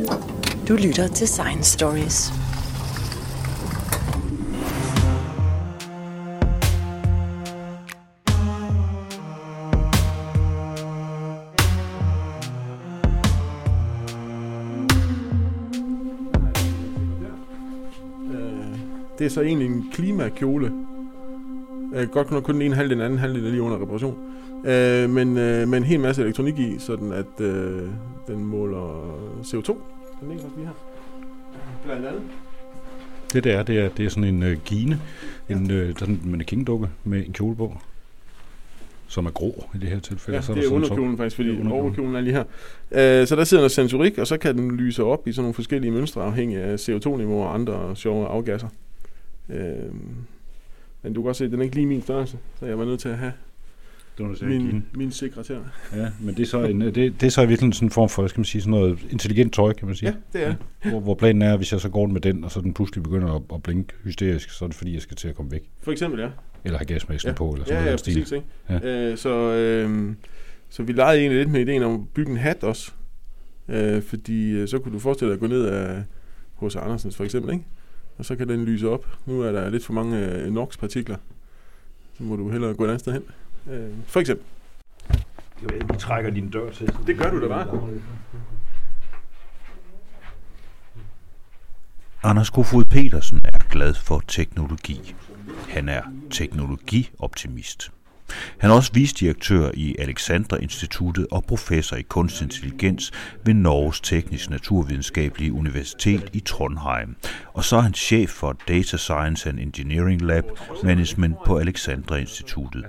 Du lytter til Science Stories. Det er så egentlig en klimakjole. Godt nok kun den ene halvdel, den anden halvdel er lige under reparation. Men en hel masse elektronik i, sådan at den måler CO2. Den ligger også lige her. Blandt andet. Det er sådan en gine, sådan en mannequin-dukke med en kjole på, som er grå i det her tilfælde. Ja, så det er underkjolen faktisk, fordi overkjolen er lige her. Så der sidder noget sensorik, og så kan den lyse op i sådan nogle forskellige mønstre, afhængig af CO2-niveau og andre sjove afgasser. Men du kan også se, at den er ikke lige min størrelse, så jeg var nødt til at have min sekretær. Ja, men det er så det er så virkelig sådan en form for, skal man sige, sådan noget intelligent tøj, kan man sige. Ja, det er det. Hvor planen er, hvis jeg så går med den, og så den pludselig begynder at blinke hysterisk, så er det fordi, jeg skal til at komme væk. For eksempel, ja. Eller have gasmasken på, eller sådan noget. Præcis, ikke? Ja. Så vi legede egentlig lidt med ideen om at bygge en hat også. Fordi så kunne du forestille dig at gå ned af H.C. Andersens for eksempel, ikke? Og så kan den lyse op. Nu er der lidt for mange NOx-partikler. Så må du hellere gå et andet sted hen. For eksempel. Vi trækker din dør til. Det gør du da bare. Anders Kofod Petersen er glad for teknologi. Han er teknologioptimist. Han er også vicedirektør i Alexandra Instituttet og professor i kunstig intelligens ved Norges Teknisk Naturvidenskabelige Universitet i Trondheim. Og så er han chef for Data Science and Engineering Lab Management på Alexandra Instituttet.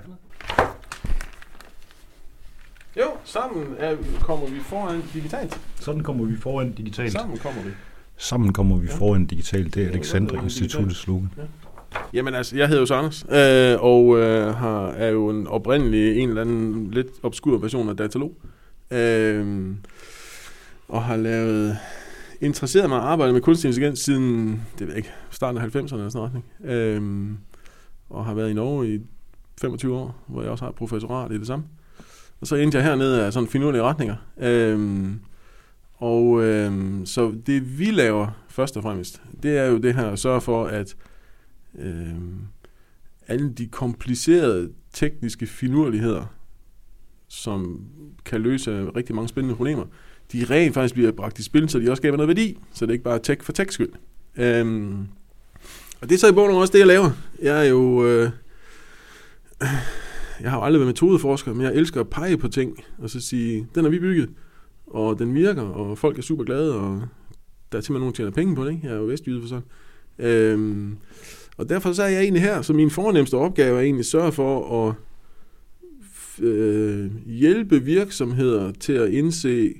Jo, sammen kommer vi foran digitalt. Sådan kommer vi foran digitalt. Sammen kommer vi foran digitalt. Det er Alexandra Instituttets slogan. Ja. Jamen altså, jeg hedder jo Anders, og er jo en oprindelig en eller anden lidt obskur version af datalog. Og har interesseret mig at arbejde med kunstig intelligens siden, det ved jeg ikke, starten af 90'erne eller sådan noget. Og har været i Norge i 25 år, hvor jeg også har et professorat i det samme. Og så endte jeg hernede af sådan finurlige retninger. Så det vi laver først og fremmest, det er jo det her at sørge for, at alle de komplicerede tekniske finurligheder, som kan løse rigtig mange spændende problemer, de rent faktisk bliver bragt i spil, så de også skaber noget værdi, så det er ikke bare tech for techs skyld. Og det er så i bogen også det, jeg laver. Jeg har jo aldrig været metodeforsker, men jeg elsker at pege på ting, og så sige, den har vi bygget, og den virker, og folk er super glade, og der er simpelthen nogen, der tjener penge på det, ikke? Jeg er jo vestjyde for sådan. Og derfor så er jeg egentlig her, så min fornemmeste opgave er egentlig at sørge for at hjælpe virksomheder til at indse,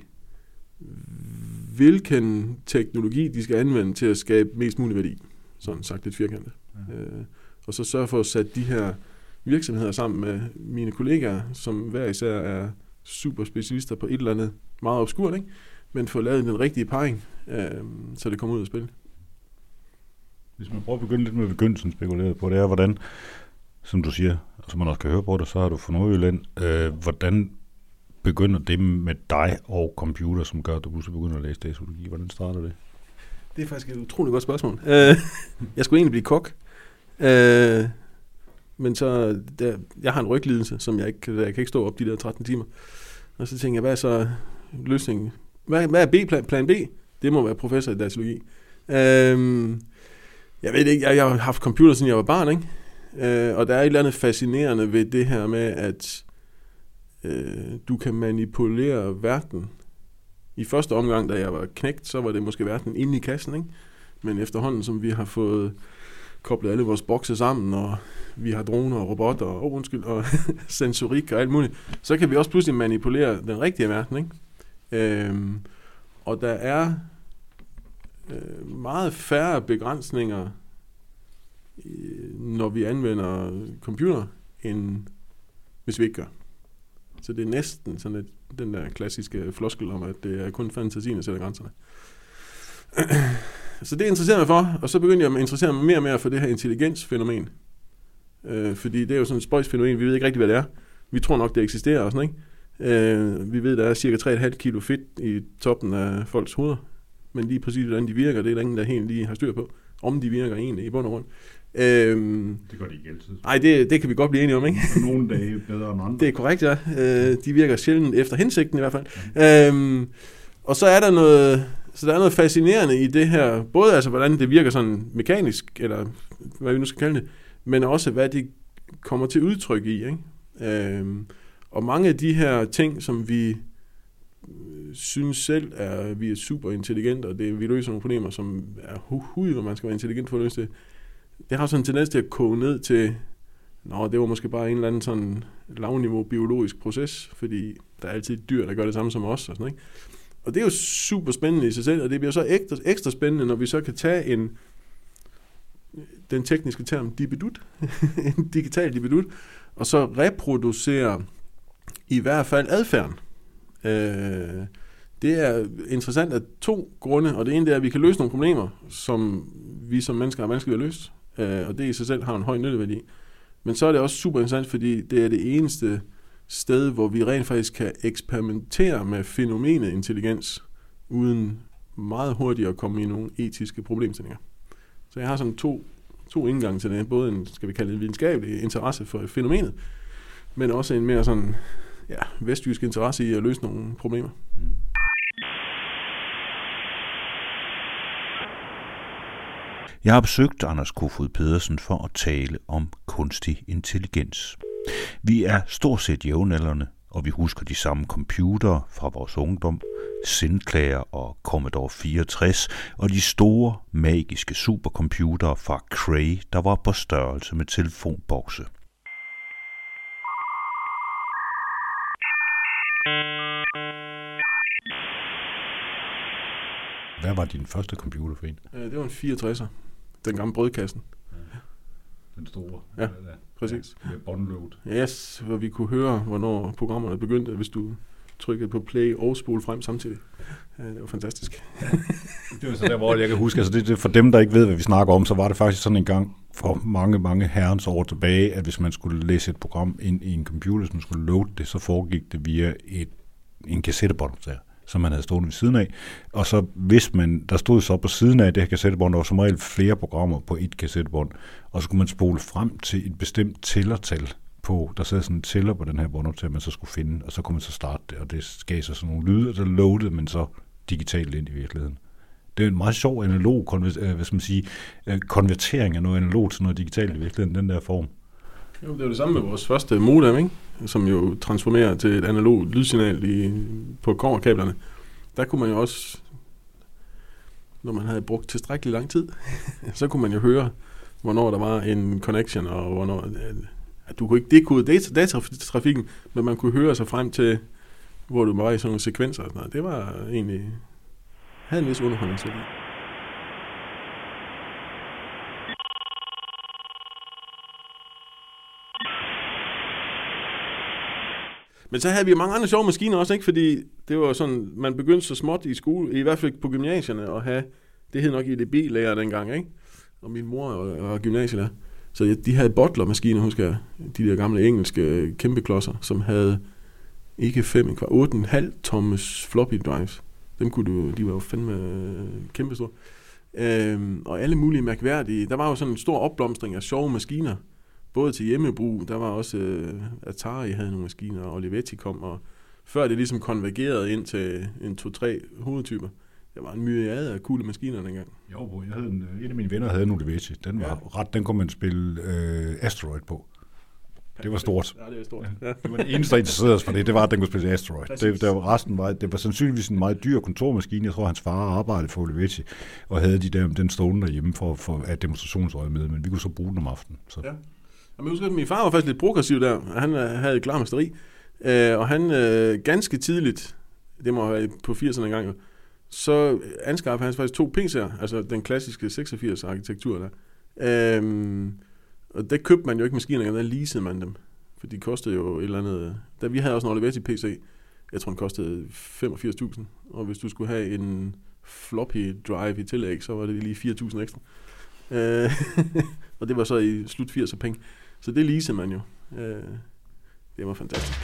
hvilken teknologi de skal anvende til at skabe mest mulig værdi. Sådan sagt lidt firkantet. Ja. Og så sørge for at sætte de her virksomheder sammen med mine kollegaer, som hver især er super specialister på et eller andet meget obskurt, ikke? Men få lavet den rigtige parring, så det kommer ud af spil. Hvis man prøver at begynde lidt med begyndelsen spekuleret på, det er, hvordan, som du siger, og som man også kan høre på det, så har du fra Nordjylland, hvordan begynder det med dig og computer, som gør, at du pludselig begynder at læse datalogi? Hvordan starter det? Det er faktisk et utroligt godt spørgsmål. Jeg skulle egentlig blive kok, men så jeg har en ryglidelse, som jeg kan ikke stå op de der 13 timer. Og så tænker jeg, hvad er så løsningen? Hvad er plan B? Det må være professor i datalogi. Jeg ved ikke, jeg har haft computer, siden jeg var barn, ikke? Og der er et eller andet fascinerende ved det her med, at du kan manipulere verden. I første omgang, da jeg var knægt, så var det måske verden inde i kassen, ikke? Men efterhånden, som vi har fået koblet alle vores bokse sammen, og vi har droner og robotter og sensorik og alt muligt, så kan vi også pludselig manipulere den rigtige verden, ikke? Og der er meget færre begrænsninger, når vi anvender computer, end hvis vi ikke gør. Så det er næsten sådan den der klassiske floskel om, at det er kun fantasien, der sætter grænserne. Så det interesserer mig for, og så begyndte jeg at interessere mig mere og mere for det her intelligensfænomen. Fordi det er jo sådan et spøjsfænomen, vi ved ikke rigtig, hvad det er. Vi tror nok, det eksisterer og sådan, ikke? Vi ved, der er cirka 3,5 kilo fedt i toppen af folks hoveder. men lige præcis hvordan de virker, det er der ingen, der helt lige har styr på, om de virker egentlig i bund og grund. Det gør de ikke altid. Nej, det kan vi godt blive enige om, ikke? Nogle dage bedre end andre. Det er korrekt, ja. De virker sjældent efter hensigten i hvert fald. Og så er der noget fascinerende i det her, både altså hvordan det virker sådan mekanisk, eller hvad vi nu skal kalde det, men også hvad det kommer til udtryk i, ikke? Og mange af de her ting, som vi synes selv, vi er super intelligente, og vi løser nogle problemer, som er hvor man skal være intelligent for at løse det. Det har sådan en tendens til at koge ned til, det var måske bare en eller anden sådan lavniveau biologisk proces, fordi der er altid dyr, der gør det samme som os, og sådan, ikke? Og det er jo super spændende i sig selv, og det bliver så ekstra spændende, når vi så kan tage den tekniske term dibedut, en digital dibedut, og så reproducere i hvert fald adfærden. Det er interessant af 2 grunde, og det ene er, at vi kan løse nogle problemer, som vi som mennesker har vanskeligt at løse, og det i sig selv har en høj nytteværdi. Men så er det også super interessant, fordi det er det eneste sted, hvor vi rent faktisk kan eksperimentere med fænomenet intelligens, uden meget hurtigt at komme i nogle etiske problemstillinger. Så jeg har sådan to indgange til det. Både en, skal vi kalde det, videnskabelig interesse for fænomenet, men også en mere sådan, vestjysk interesse i at løse nogle problemer. Jeg har besøgt Anders Kofoed Pedersen for at tale om kunstig intelligens. Vi er stort set jævnaldrende, og vi husker de samme computere fra vores ungdom, Sinclair og Commodore 64, og de store, magiske supercomputere fra Cray, der var på størrelse med telefonbokse. Hvad var din første computer for en? Det var en 64'er. Den gamle brødkassen. Den store? Ja, præcis. Med båndload. Yes, hvor vi kunne høre, hvornår programmerne begyndte, hvis du trykkede på play og spole frem samtidig. Det var fantastisk. Det var så der, hvor jeg kan huske, altså det for dem, der ikke ved, hvad vi snakker om, så var det faktisk sådan en gang for mange, mange herrens år tilbage, at hvis man skulle læse et program ind i en computer, hvis man skulle load det, så foregik det via en kassettebånd, som man havde stående ved siden af. Og så hvis der stod så på siden af det her kassettebånd, der var som regel flere programmer på et kassettebånd, og så kunne man spole frem til et bestemt tællertal på, der sad sådan en tæller på den her båndoptager, man så skulle finde, og så kunne man så starte det, og det gav sig sådan nogle lyde, og så loadede man så digitalt ind i virkeligheden. Det er en meget sjov analog, konvertering af noget analog til noget digitalt i virkeligheden, den der form. Jo, det er det samme med vores første modem, ikke? Som jo transformerer til et analogt lydsignal på kobberkablerne. Der kunne man jo også, når man havde brugt tilstrækkelig lang tid, så kunne man jo høre, hvornår der var en connection, og hvornår at du kunne ikke dekode datatrafikken, men man kunne høre sig frem til, hvor du var i sådan nogle sekvenser. Og sådan noget. Det var egentlig, havde en vis underholdningsværdi. Men så havde vi mange andre sjove maskiner også, ikke? Fordi det var sådan, man begyndte så småt i skole, i hvert fald på gymnasierne, at have, det hed nok EDB-lærer dengang, ikke? Og min mor var gymnasielærer. Så de havde bottler-maskiner, husker jeg, de der gamle engelske kæmpeklodser, som havde ikke 8,5 tommes floppy drives. Dem de var jo fandme kæmpestore. Og alle mulige mærkværdige. Der var jo sådan en stor opblomstring af sjove maskiner, både til hjemmebrug. Der var også Atari havde nogle maskiner, og Olivetti kom, og før det ligesom konvergerede ind til en 2-3 hovedtyper. Der var en myriade af coole maskiner dengang. Jo, en af mine venner havde en Olivetti. Den var ret, den kunne man spille Asteroid på. Det var stort. Ja, det var stort. Ja. Det var det eneste, der interesserede os for det var, at den kunne spille Asteroid. Det var sandsynligvis en meget dyr kontormaskine. Jeg tror, hans far arbejdede for Olivetti, og havde den stående derhjemme for at demonstrationsøje med, men vi kunne så bruge den om aftenen. Så. Ja. Jeg husker, at min far var faktisk lidt progressiv der. Han havde et klarmasteri, og han ganske tidligt, det må have været på 80'erne engang, så anskaffede han faktisk 2 PC'er, altså den klassiske 86-arkitektur der. Og der købte man jo ikke maskiner, der leasede man dem, for de kostede jo et eller andet. Da vi havde også en Olivetti PC, jeg tror den kostede 85.000, og hvis du skulle have en floppy drive i tillæg, så var det lige 4.000 ekstra. Og det var så i slut 80'er penge. Så det leasede man jo. Det var fantastisk.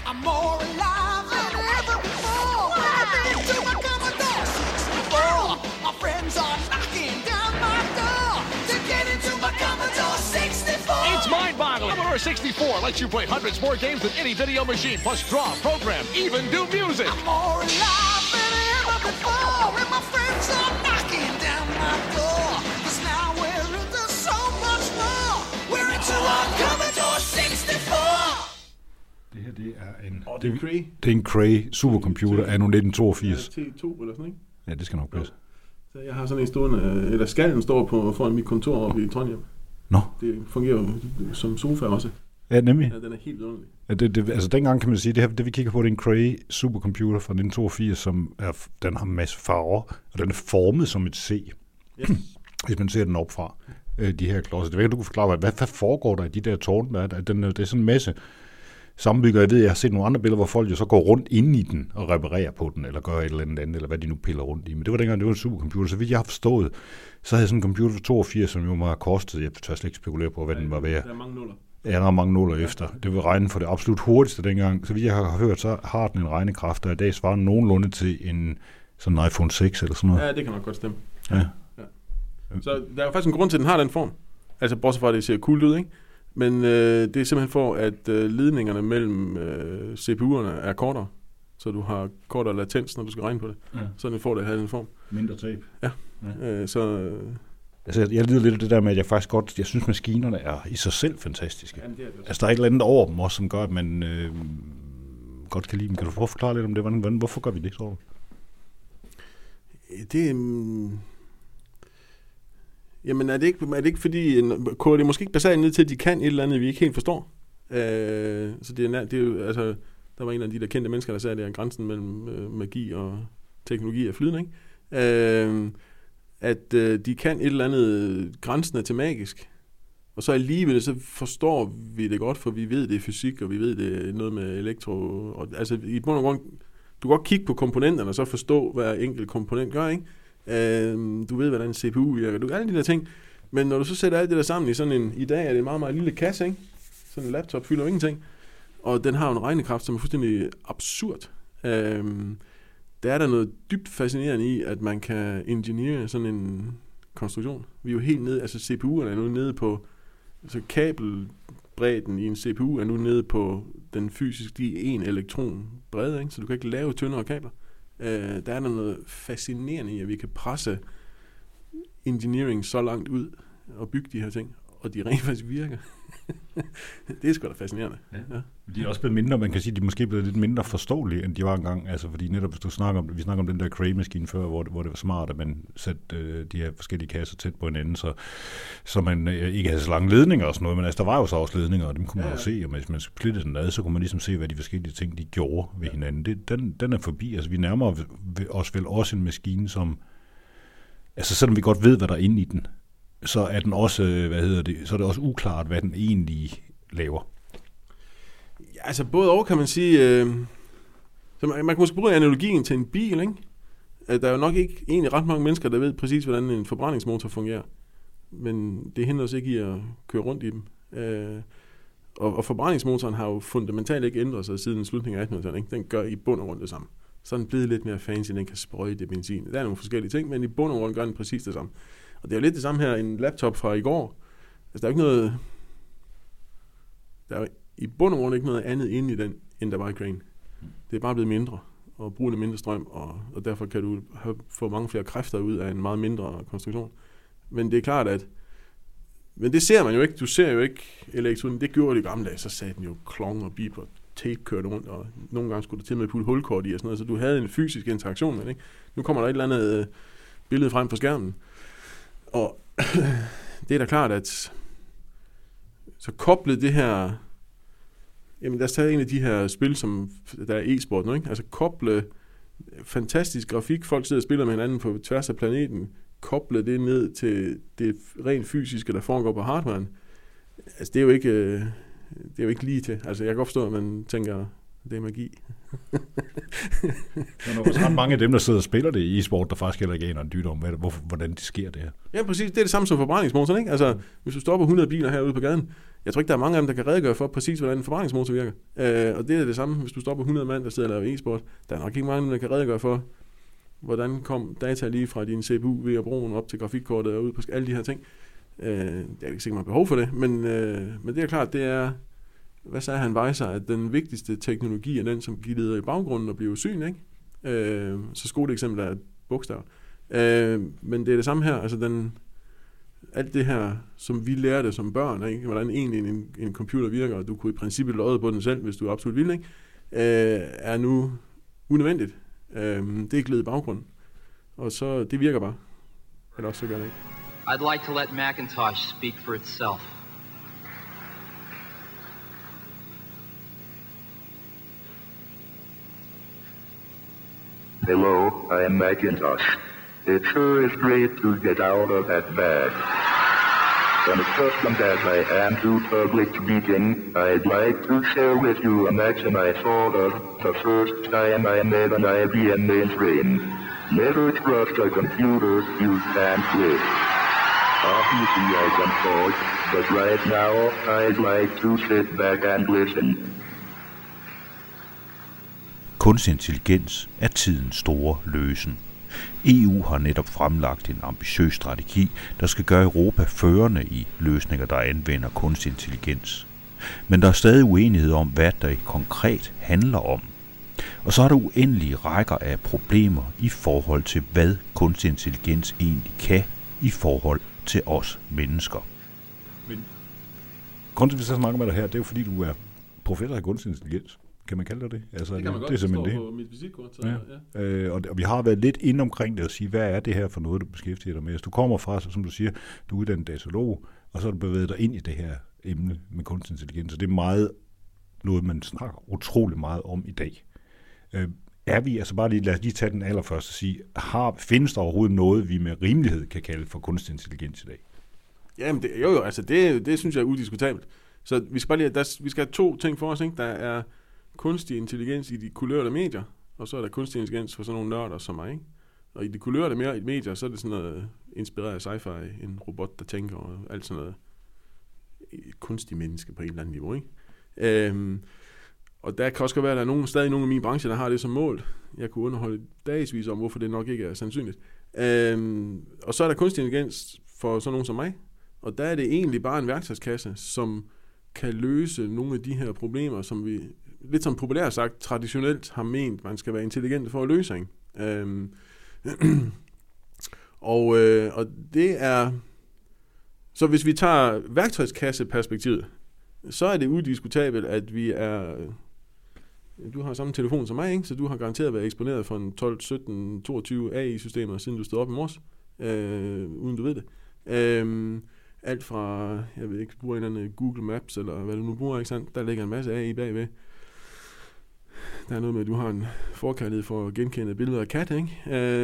64 lets you play hundreds more games than any video machine, plus draw, program, even do music. I'm more alive than ever before, and my friends are knocking down my door. 'Cause now we're into so much more. We're into our Commodore 64. Det her, det er en... Det er Cray. Det er en Cray supercomputer anno 1982. T2 eller sådan, ikke? Ja, det skal nok passe. Så jeg har sådan en stående, eller skallen står på foran mit kontor oppe i Trondheim. Nå. Det fungerer jo som sofa også. Ja, nemlig. Ja, den er helt underlig. Ja, altså dengang kan man sige, det vi kigger på, det er en Cray supercomputer fra 1982, som den har en masse farver, og den er formet som et C. Yes. Hvis man ser den op fra de her klodser. Det ved du kan forklare, hvad foregår der i de der tårne? Det er sådan en masse sammenbygger. Jeg ved, jeg har set nogle andre billeder, hvor folk jo så går rundt inde i den og reparerer på den, eller gør et eller andet, eller hvad de nu piller rundt i. Men det var dengang, det var en supercomputer. Så vidt jeg har forstået, så havde jeg sådan en computer for 82, som jo må have kostet, jeg tør slet ikke spekulere på, hvad den var værd. Der er mange nuller. Ja, der er mange nuller efter. Det vil regne for det absolut hurtigste dengang. Så vidt jeg har hørt, så har den en regnekraft, der i dag svarer nogenlunde til en sådan en iPhone 6 eller sådan noget. Ja, det kan nok godt stemme. Ja. Så der er jo faktisk en grund til, at den har den form. Altså, bortset fra, at det ser cool ud, ikke? Men det er simpelthen for, at ledningerne mellem CPU'erne er kortere. Så du har kortere latens, når du skal regne på det. Ja. Så den får det her den form. Mindre tab. Ja. Altså, jeg lider lidt af det der med, at jeg synes, maskinerne er i sig selv fantastiske. Jamen, det er det også. Altså, der er et eller andet over dem også, som gør, at man godt kan lide dem. Kan du prøve at forklare lidt om det? Hvorfor gør vi det, tror du? Jamen, er det ikke fordi, koger det måske ikke basalt ned til, at de kan et eller andet, vi ikke helt forstår? Så det er jo, altså, der var en af de der kendte mennesker, der sagde, at det er grænsen mellem magi og teknologi er flydende, ikke? At de kan et eller andet grænsende til magisk. Og så alligevel, så forstår vi det godt, for vi ved, det er fysik, og vi ved, det er noget med elektro. Og, altså, i bund og grund, du kan godt kigge på komponenterne, og så forstå, hvad enkelt komponent gør, ikke? Du ved, hvordan en CPU virker. Du alle de der ting. Men når du så sætter alt det der sammen i sådan en... I dag er det en meget, meget lille kasse, ikke? Sådan en laptop fylder jo ingenting. Og den har jo en regnekraft, som er fuldstændig absurd. Der er der noget dybt fascinerende i, at man kan ingeniere sådan en konstruktion. Vi er jo helt nede... Altså CPU'erne er nu nede på... Altså kabelbredden i en CPU er nu nede på den fysiske en elektron brede, ikke? Så du kan ikke lave tyndere kabler. Der er noget fascinerende i, at vi kan presse engineering så langt ud og bygge de her ting, og de rent faktisk virker. Det er sgu da fascinerende. Ja. De er også blevet mindre, man kan sige, de er måske blevet lidt mindre forståelige, end de var engang. Altså, fordi netop, hvis du snakker om, vi snakker om den der Cray-maskine før, hvor det var smart, at man satte de her forskellige kasser tæt på hinanden, så man ikke havde så lange ledninger og sådan noget, men altså, der var jo så også ledninger, og dem kunne man jo se, og hvis man splittede den ad, så kunne man ligesom se, hvad de forskellige ting, de gjorde ved hinanden. Den er forbi. Altså, vi nærmer os vel også en maskine, som, altså, selvom vi godt ved, hvad der er inde i den, så er den også, så er det også uklart, hvad den egentlig laver. Ja, altså både og, kan man sige. Så man kan måske bruge analogien til en bil, ikke? Der er jo nok ikke egentlig ret mange mennesker, der ved præcis, hvordan en forbrændingsmotor fungerer. Men det hindrer os ikke i at køre rundt i dem. Og forbrændingsmotoren har jo fundamentalt ikke ændret sig siden slutningen af 1800-tallet. Ikke? Den gør i bund og grund det samme. Så er den blevet lidt mere fancy, den kan sprøjte det benzin. Der er nogle forskellige ting, men i bund og grund gør den præcis det samme. Og det er jo lidt det samme her, en laptop fra i går. Altså, der er ikke noget... Der er i bund og grund ikke noget andet inde i den, end der var i Crane. Det er bare blevet mindre, og bruger lidt mindre strøm, og derfor kan du få mange flere kræfter ud af en meget mindre konstruktion. Men det er klart, at... Men det ser man jo ikke. Du ser jo ikke elektronik. Det gjorde de gamle dage, så sagde den jo klong og bip og tape kørte rundt, og nogle gange skulle du til med at putte hulkort i og sådan noget, så du havde en fysisk interaktion med det, ikke? Nu kommer der et eller andet billede frem på skærmen. Og det er da klart, at så koblet det her, jamen lad os tage en af de her spil, som der er e-sport nu, ikke? Altså koble fantastisk grafik, folk sidder og spiller med hinanden på tværs af planeten, koble det ned til det rent fysiske, der foregår på hardwaren. Altså det er jo ikke lige til. Altså jeg kan godt forstå, at man tænker, det er magi. Der er også ret mange af dem, der sidder og spiller det i e-sport, der faktisk heller ikke aner en dyt om, hvordan det sker det her. Ja, præcis. Det er det samme som forbrændingsmotoren, ikke? Altså, hvis du stopper 100 biler herude på gaden, jeg tror ikke, der er mange af dem, der kan redegøre for præcis, hvordan en forbrændingsmotor virker. Og det er det samme, hvis du stopper 100 mand, der sidder og laver e-sport. Der er nok ikke mange af dem, der kan redegøre for, hvordan kom data lige fra din CPU via broen op til grafikkortet og ud på alle de her ting. Det er ikke sikkert, man har behov for det, men det er klart, det er hvad sagde han Weiser, at den vigtigste teknologi er den, som glider i baggrunden og bliver usynlig, ikke? Så skoleeksempel er et bogstav. Men det er det samme her, altså alt det her, som vi lærte som børn, ikke? Hvordan egentlig en computer virker, og du kunne i princippet lodde på den selv, hvis du absolut ville, ikke? Er nu unødvendigt. Det er glædet i baggrunden. Og så, det virker bare. Eller også så gør det ikke. I'd like to let Macintosh speak for itself. Hello, I am Macintosh. It sure is great to get out of that bag. And accustomed as I am to public speaking, I'd like to share with you a maxim I thought of the first time I met an IBM mainframe. Never trust a computer you can't live. Obviously I can talk, but right now I'd like to sit back and listen. Kunstig intelligens er tidens store løsen. EU har netop fremlagt en ambitiøs strategi, der skal gøre Europa førende i løsninger, der anvender kunstig intelligens. Men der er stadig uenighed om, hvad det konkret handler om. Og så er der uendelige rækker af problemer i forhold til, hvad kunstig intelligens egentlig kan i forhold til os mennesker. Men grunden til, at vi så snakker med dig her, det er jo fordi, du er professor i kunstig intelligens. Kan man kalde det det? Altså, det kan man godt, det er simpelthen på mit visitkort. Ja. Og vi har været lidt inde omkring det og sige, hvad er det her for noget, du beskæftiger dig med? Altså, du kommer fra, som du siger, du er uddannet datalog, og så har du bevæget dig ind i det her emne med kunstig intelligens. Og det er meget noget, man snakker utrolig meget om i dag. Er vi, altså bare lige, lad os lige tage den allerførste og sige, findes der overhovedet noget, vi med rimelighed kan kalde for kunstig intelligens i dag? Jamen, altså det synes jeg er udiskutabelt. Så vi skal bare lige, vi skal have 2 ting for os, ikke? Der er kunstig intelligens i de kulørte medier, og så er der kunstig intelligens for sådan nogle nørder som mig, ikke? Og i de kulørte medier, så er det sådan noget inspireret af sci-fi, en robot, der tænker, og alt sådan noget kunstig menneske på et eller andet niveau, ikke? Og der kan også være, at der er stadig nogle af mine brancher, der har det som mål. Jeg kunne underholde dagsvis om, hvorfor det nok ikke er sandsynligt. Og så er der kunstig intelligens for sådan nogen som mig, og der er det egentlig bare en værktøjskasse, som kan løse nogle af de her problemer, som vi, lidt som populært sagt, traditionelt har ment, man skal være intelligent for at løse, ikke? Og det er... Så hvis vi tager værktøjskasseperspektivet, så er det udiskutabelt, at vi er... Du har samme telefon som mig, ikke? Så du har garanteret været eksponeret for en 12, 17, 22 AI-systemer, siden du stod op i morges, uden du ved det. Alt fra, jeg ved ikke, bruger en eller anden Google Maps, eller hvad du nu bruger, ikke sandt? Der ligger en masse AI bagved. Der er noget med, at du har en forkærlighed for at genkende billeder af kat, ikke?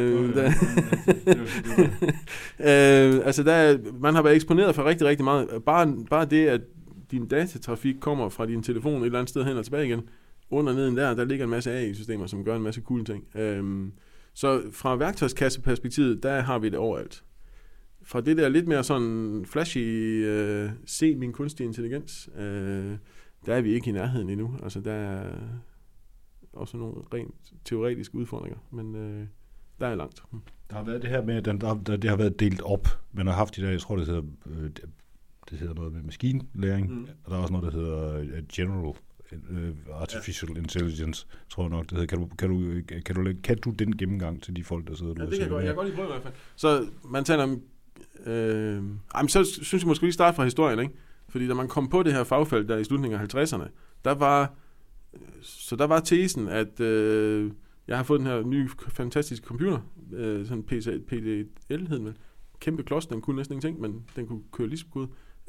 Altså, man har været eksponeret for rigtig, rigtig meget. Bare det, at din datatrafik kommer fra din telefon et eller andet sted hen og tilbage igen, under neden der ligger en masse AI-systemer, som gør en masse cool ting. Så fra værktøjskasseperspektivet, der har vi det overalt. Fra det der lidt mere sådan flashy, se min kunstig intelligens, der er vi ikke i nærheden endnu. Altså, der er også nogle rent teoretiske udfordringer, men der er langt. Der har været det her med, det har været delt op. Man har haft de der, jeg tror, det hedder noget med maskinlæring, og der er også noget, der hedder general artificial intelligence, tror jeg nok, det hedder. Kan du den gennemgang til de folk, der sidder der? Ja, det kan jeg godt lige prøve i hvert fald. Så man taler om, så synes jeg måske lige starte fra historien, ikke? Fordi da man kom på det her fagfelt der i slutningen af 50'erne, der var tesen, at jeg har fået den her nye fantastiske computer, sådan PDL hed den, kæmpe klods, den kunne næsten ingenting, men den kunne køre lige så godt.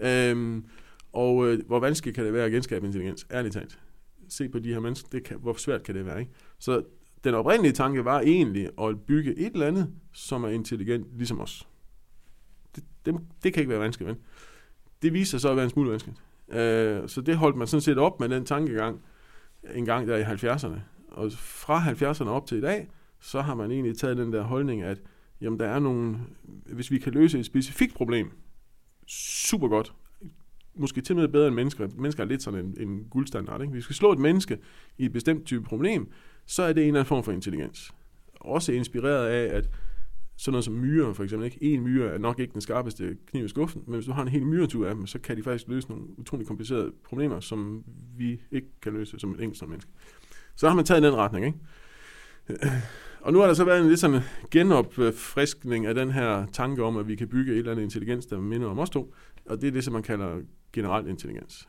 Og hvor vanskeligt kan det være at genskabe intelligens? Ærligt talt. Se på de her mennesker, hvor svært kan det være, ikke? Så den oprindelige tanke var egentlig at bygge et eller andet, som er intelligent, ligesom os. Det kan ikke være vanskeligt, men det viser sig så at være en smule vanskeligt. Så det holdt man sådan set op med den tankegang en gang der i 70'erne. Og fra 70'erne op til i dag, så har man egentlig taget den der holdning, at jamen, der er nogle, hvis vi kan løse et specifikt problem, super godt, måske til og med bedre end mennesker. Mennesker er lidt sådan en guldstandard, ikke? Hvis vi skal slå et menneske i et bestemt type problem, så er det en eller anden form for intelligens. Også inspireret af, at sådan noget som myrer for eksempel, ikke? En myre er nok ikke den skarpeste kniv i skuffen, men hvis du har en hel myretur af dem, så kan de faktisk løse nogle utroligt komplicerede problemer, som vi ikke kan løse som et enkelt menneske. Så har man taget den retning, ikke? Og nu har der så været en lidt sådan genopfriskning af den her tanke om, at vi kan bygge et eller andet intelligens, der minder om os to, og det er det, som man kalder generel intelligens.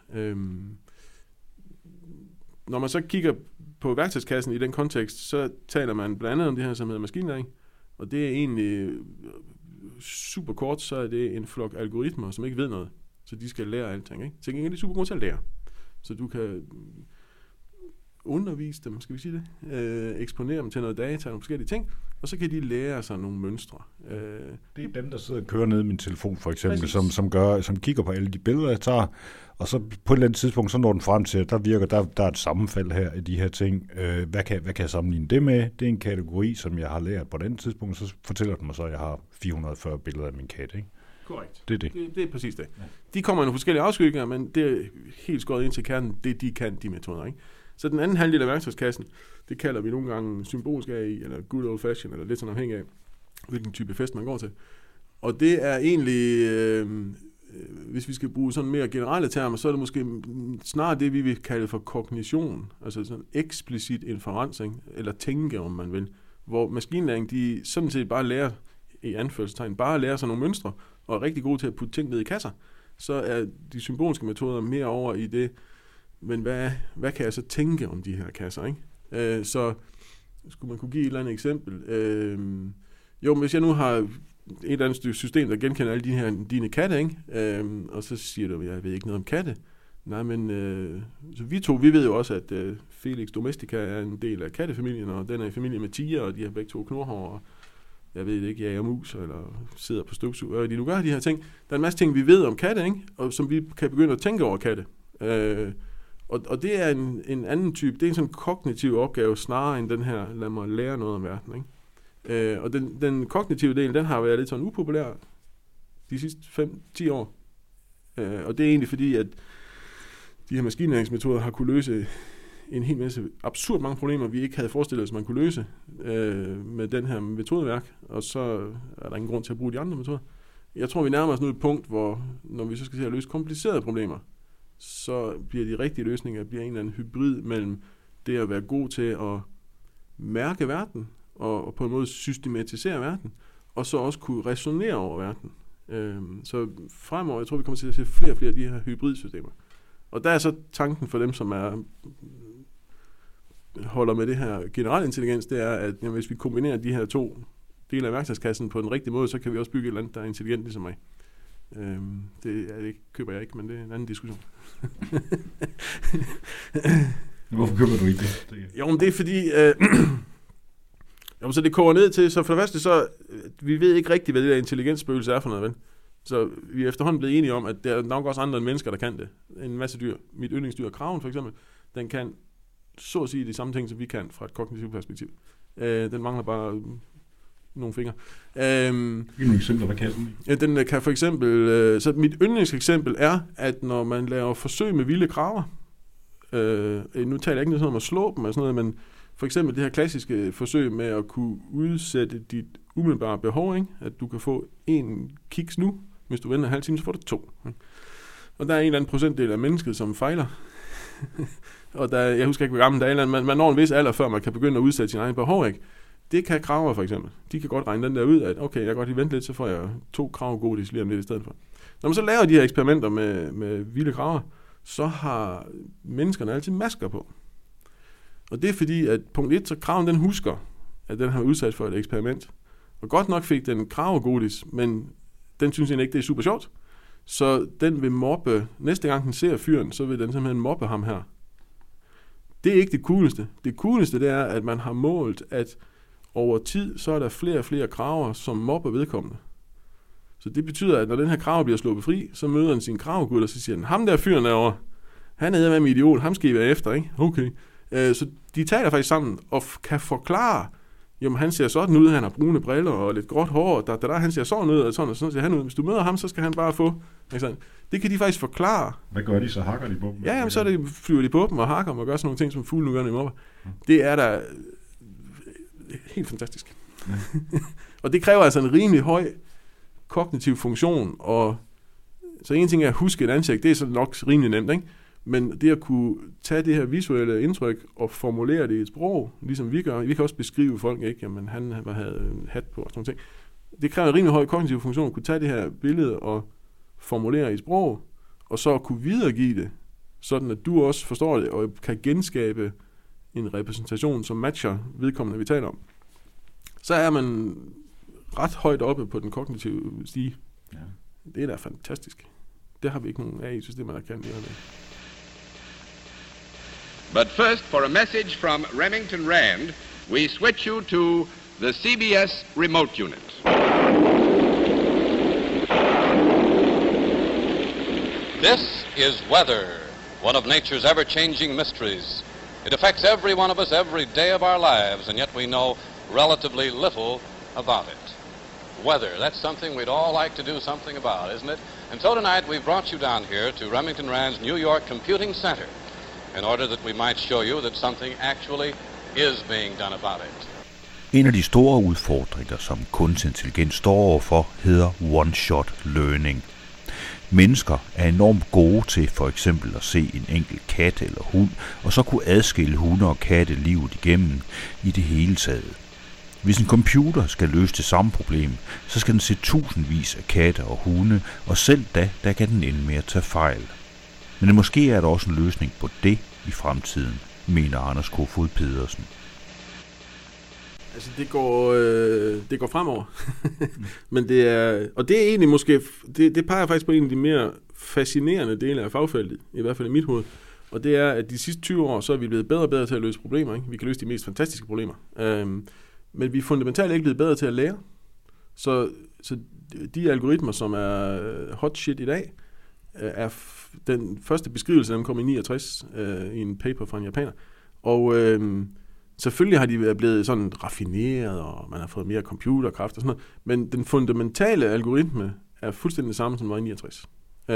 Når man så kigger på værktøjskassen i den kontekst, så taler man blandt andet om det her, som hedder maskinlæring, og det er egentlig super kort, så er det en flok algoritmer, som ikke ved noget, så de skal lære alting, ikke? Så er de super gode til at lære, så du kan undervise dem, skal vi sige det, eksponere dem til noget data, nogle forskellige ting, og så kan de lære sig nogle mønstre. Det er dem, der sidder og kører ned i min telefon, for eksempel, som kigger på alle de billeder, jeg tager, og så på et eller andet tidspunkt, så når den frem til, at der er et sammenfald her i de her ting. Hvad kan jeg sammenligne det med? Det er en kategori, som jeg har lært på den tidspunkt, så fortæller den mig så, at jeg har 440 billeder af min kat, ikke? Korrekt. Det er det. Det er præcis det. Ja. De kommer i nogle forskellige afskygninger, men det er helt skåret ind til kernen, det de kan, de metoder, ikke? Så den anden halvdel af værktøjskassen, det kalder vi nogle gange symbolsk AI, eller good old fashion, eller lidt sådan afhængig af, hvilken type fest man går til. Og det er egentlig, hvis vi skal bruge sådan mere generelle termer, så er det måske snarere det, vi vil kalde for kognition, altså sådan eksplicit inferens, eller tænke, om man vil, hvor maskinlæring, de sådan set bare lærer, i anførselstegn, bare lærer sig nogle mønstre, og er rigtig gode til at putte ting ned i kasser. Så er de symboliske metoder mere over i det, men hvad kan jeg så tænke om de her kasser, ikke? Så skulle man kunne give et eller andet eksempel. Jo, hvis jeg nu har et eller andet system, der genkender alle dine katte, ikke? Og så siger du, jeg ved ikke noget om katte. Nej, men så vi ved jo også, at Felix domestica er en del af kattefamilien, og den er i familie med tiger, og de har begge to knurhår, og jeg ved ikke, jager mus, eller sidder på støvsuger, og de nu gør de her ting. Der er en masse ting, vi ved om katte, ikke? Og som vi kan begynde at tænke over katte. Og det er en anden type, det er en sådan kognitiv opgave, snarere end den her, lad mig lære noget om verden, ikke? Og den kognitive del, den har været lidt sådan upopulær de sidste 5-10 år. Og det er egentlig fordi, at de her maskinlæringsmetoder har kunne løse en hel masse absurd mange problemer, vi ikke havde forestillet os, man kunne løse med den her metodeværk, og så er der ingen grund til at bruge de andre metoder. Jeg tror, vi nærmer os nu et punkt, hvor når vi så skal til at løse komplicerede problemer, så bliver de rigtige løsninger en eller anden hybrid mellem det at være god til at mærke verden, og på en måde systematisere verden, og så også kunne resonere over verden. Så fremover, jeg tror, vi kommer til at se flere og flere af de her hybridsystemer. Og der er så tanken for dem, som holder med det her generel intelligens, det er, at hvis vi kombinerer de her to dele af værktøjskassen på den rigtige måde, så kan vi også bygge et eller andet, der er intelligent ligesom mig. Det køber jeg ikke, men det er en anden diskussion. Hvorfor køber du ikke det? Jo, men det er fordi... så det koger ned til, så for det første så, vi ved ikke rigtigt, hvad det der intelligensspøgelse er for noget, vel? Så vi er efterhånden blevet enige om, at der er nok også andre end mennesker, der kan det. En masse dyr. Mit yndlingsdyr, kraven for eksempel, den kan så at sige de samme ting, som vi kan fra et kognitivt perspektiv. Den mangler bare nogle fingre. Yndlingseksempler, hvad kan den? Ja, den kan for eksempel... så mit yndlingseksempel er, at når man laver forsøg med vilde kraver, nu taler jeg ikke noget om at slå dem, og sådan noget, men for eksempel det her klassiske forsøg med at kunne udsætte dit umiddelbare behov, ikke? At du kan få en kiks nu, hvis du venter en halv time, så får du 2. Og der er en eller anden procentdel af mennesket, som fejler. Og jeg husker ikke, hvor gammel der er, man når en vis alder, før man kan begynde at udsætte sin egen behov, ikke? Det kan kraver for eksempel. De kan godt regne den der ud, at okay, jeg kan godt lige vente lidt, så får jeg 2 kravegodis lige om lidt i stedet for. Når man så laver de her eksperimenter med vilde kraver, så har menneskerne altid masker på. Og det er fordi, at punkt 1, så kraven den husker, at den har været udsat for et eksperiment. Og godt nok fik den kravegodis, men den synes egentlig ikke, det er super sjovt. Så den vil mobbe, næste gang den ser fyren, så vil den simpelthen mobbe ham her. Det er ikke det cooleste. Det cooleste, det er, at man har målt, at over tid, så er der flere og flere kraver, som mobber vedkommende. Så det betyder, at når den her krave bliver sluppet fri, så møder den sin kravegud, og så siger den, ham der fyren derovre, han er med idiot, ham skal I være efter, ikke? Okay. Så de taler faktisk sammen og kan forklare, jamen han ser sådan ud, han har brune briller og lidt gråt hår, han ser sådan ud, og sådan ser han ud. Hvis du møder ham, så skal han bare få. Ikke? Det kan de faktisk forklare. Hvad gør de så? Hakker de på dem? Ja, jamen, så flyver de på dem og hakker dem og gør sådan nogle ting, som fugle nu gør i mobber. Det er da helt fantastisk. Ja. Og det kræver altså en rimelig høj kognitiv funktion, og så en ting er at huske et ansigt, det er så nok rimelig nemt, ikke? Men det at kunne tage det her visuelle indtryk og formulere det i et sprog, ligesom vi gør, vi kan også beskrive folk, ikke? Jamen, han havde en hat på og sådan noget. Det kræver en rimelig høj kognitiv funktion at kunne tage det her billede og formulere i et sprog, og så kunne videregive det, sådan at du også forstår det, og kan genskabe en repræsentation, som matcher vedkommende, vi taler om. Så er man ret højt oppe på den kognitive stige. Ja. Det er da fantastisk. Det har vi ikke nogen AI-systemer, der kan gøre det. But first, for a message from Remington Rand, we switch you to the CBS remote unit. This is weather, one of nature's ever-changing mysteries. It affects every one of us every day of our lives, and yet we know relatively little about it. Weather, that's something we'd all like to do something about, isn't it? And so tonight we've brought you down here to Remington Rand's New York Computing Center in order that we might show you that something actually is being done about it. En af de store udfordringer, som kunstig intelligens står overfor, hedder one-shot learning. Mennesker er enormt gode til for eksempel at se en enkelt kat eller hund, og så kunne adskille hunde og katte livet igennem i det hele taget. Hvis en computer skal løse det samme problem, så skal den se tusindvis af katte og hunde, og selv da kan den ende med at tage fejl. Men måske er der også en løsning på det i fremtiden, mener Anders Kofod Pedersen. Altså det går fremover. Men det er, og det er egentlig måske, det peger faktisk på en af de mere fascinerende dele af fagfeltet, i hvert fald i mit hoved. Og det er, at de sidste 20 år, så er vi blevet bedre og bedre til at løse problemer. Ikke? Vi kan løse de mest fantastiske problemer. Men vi er fundamentalt ikke blevet bedre til at lære. Så de algoritmer, som er hot shit i dag, er den første beskrivelse, den kom i 69 i en paper fra en japaner. Og selvfølgelig har de været blevet sådan raffineret, og man har fået mere computerkraft og sådan noget, men den fundamentale algoritme er fuldstændig det samme, som var i 69.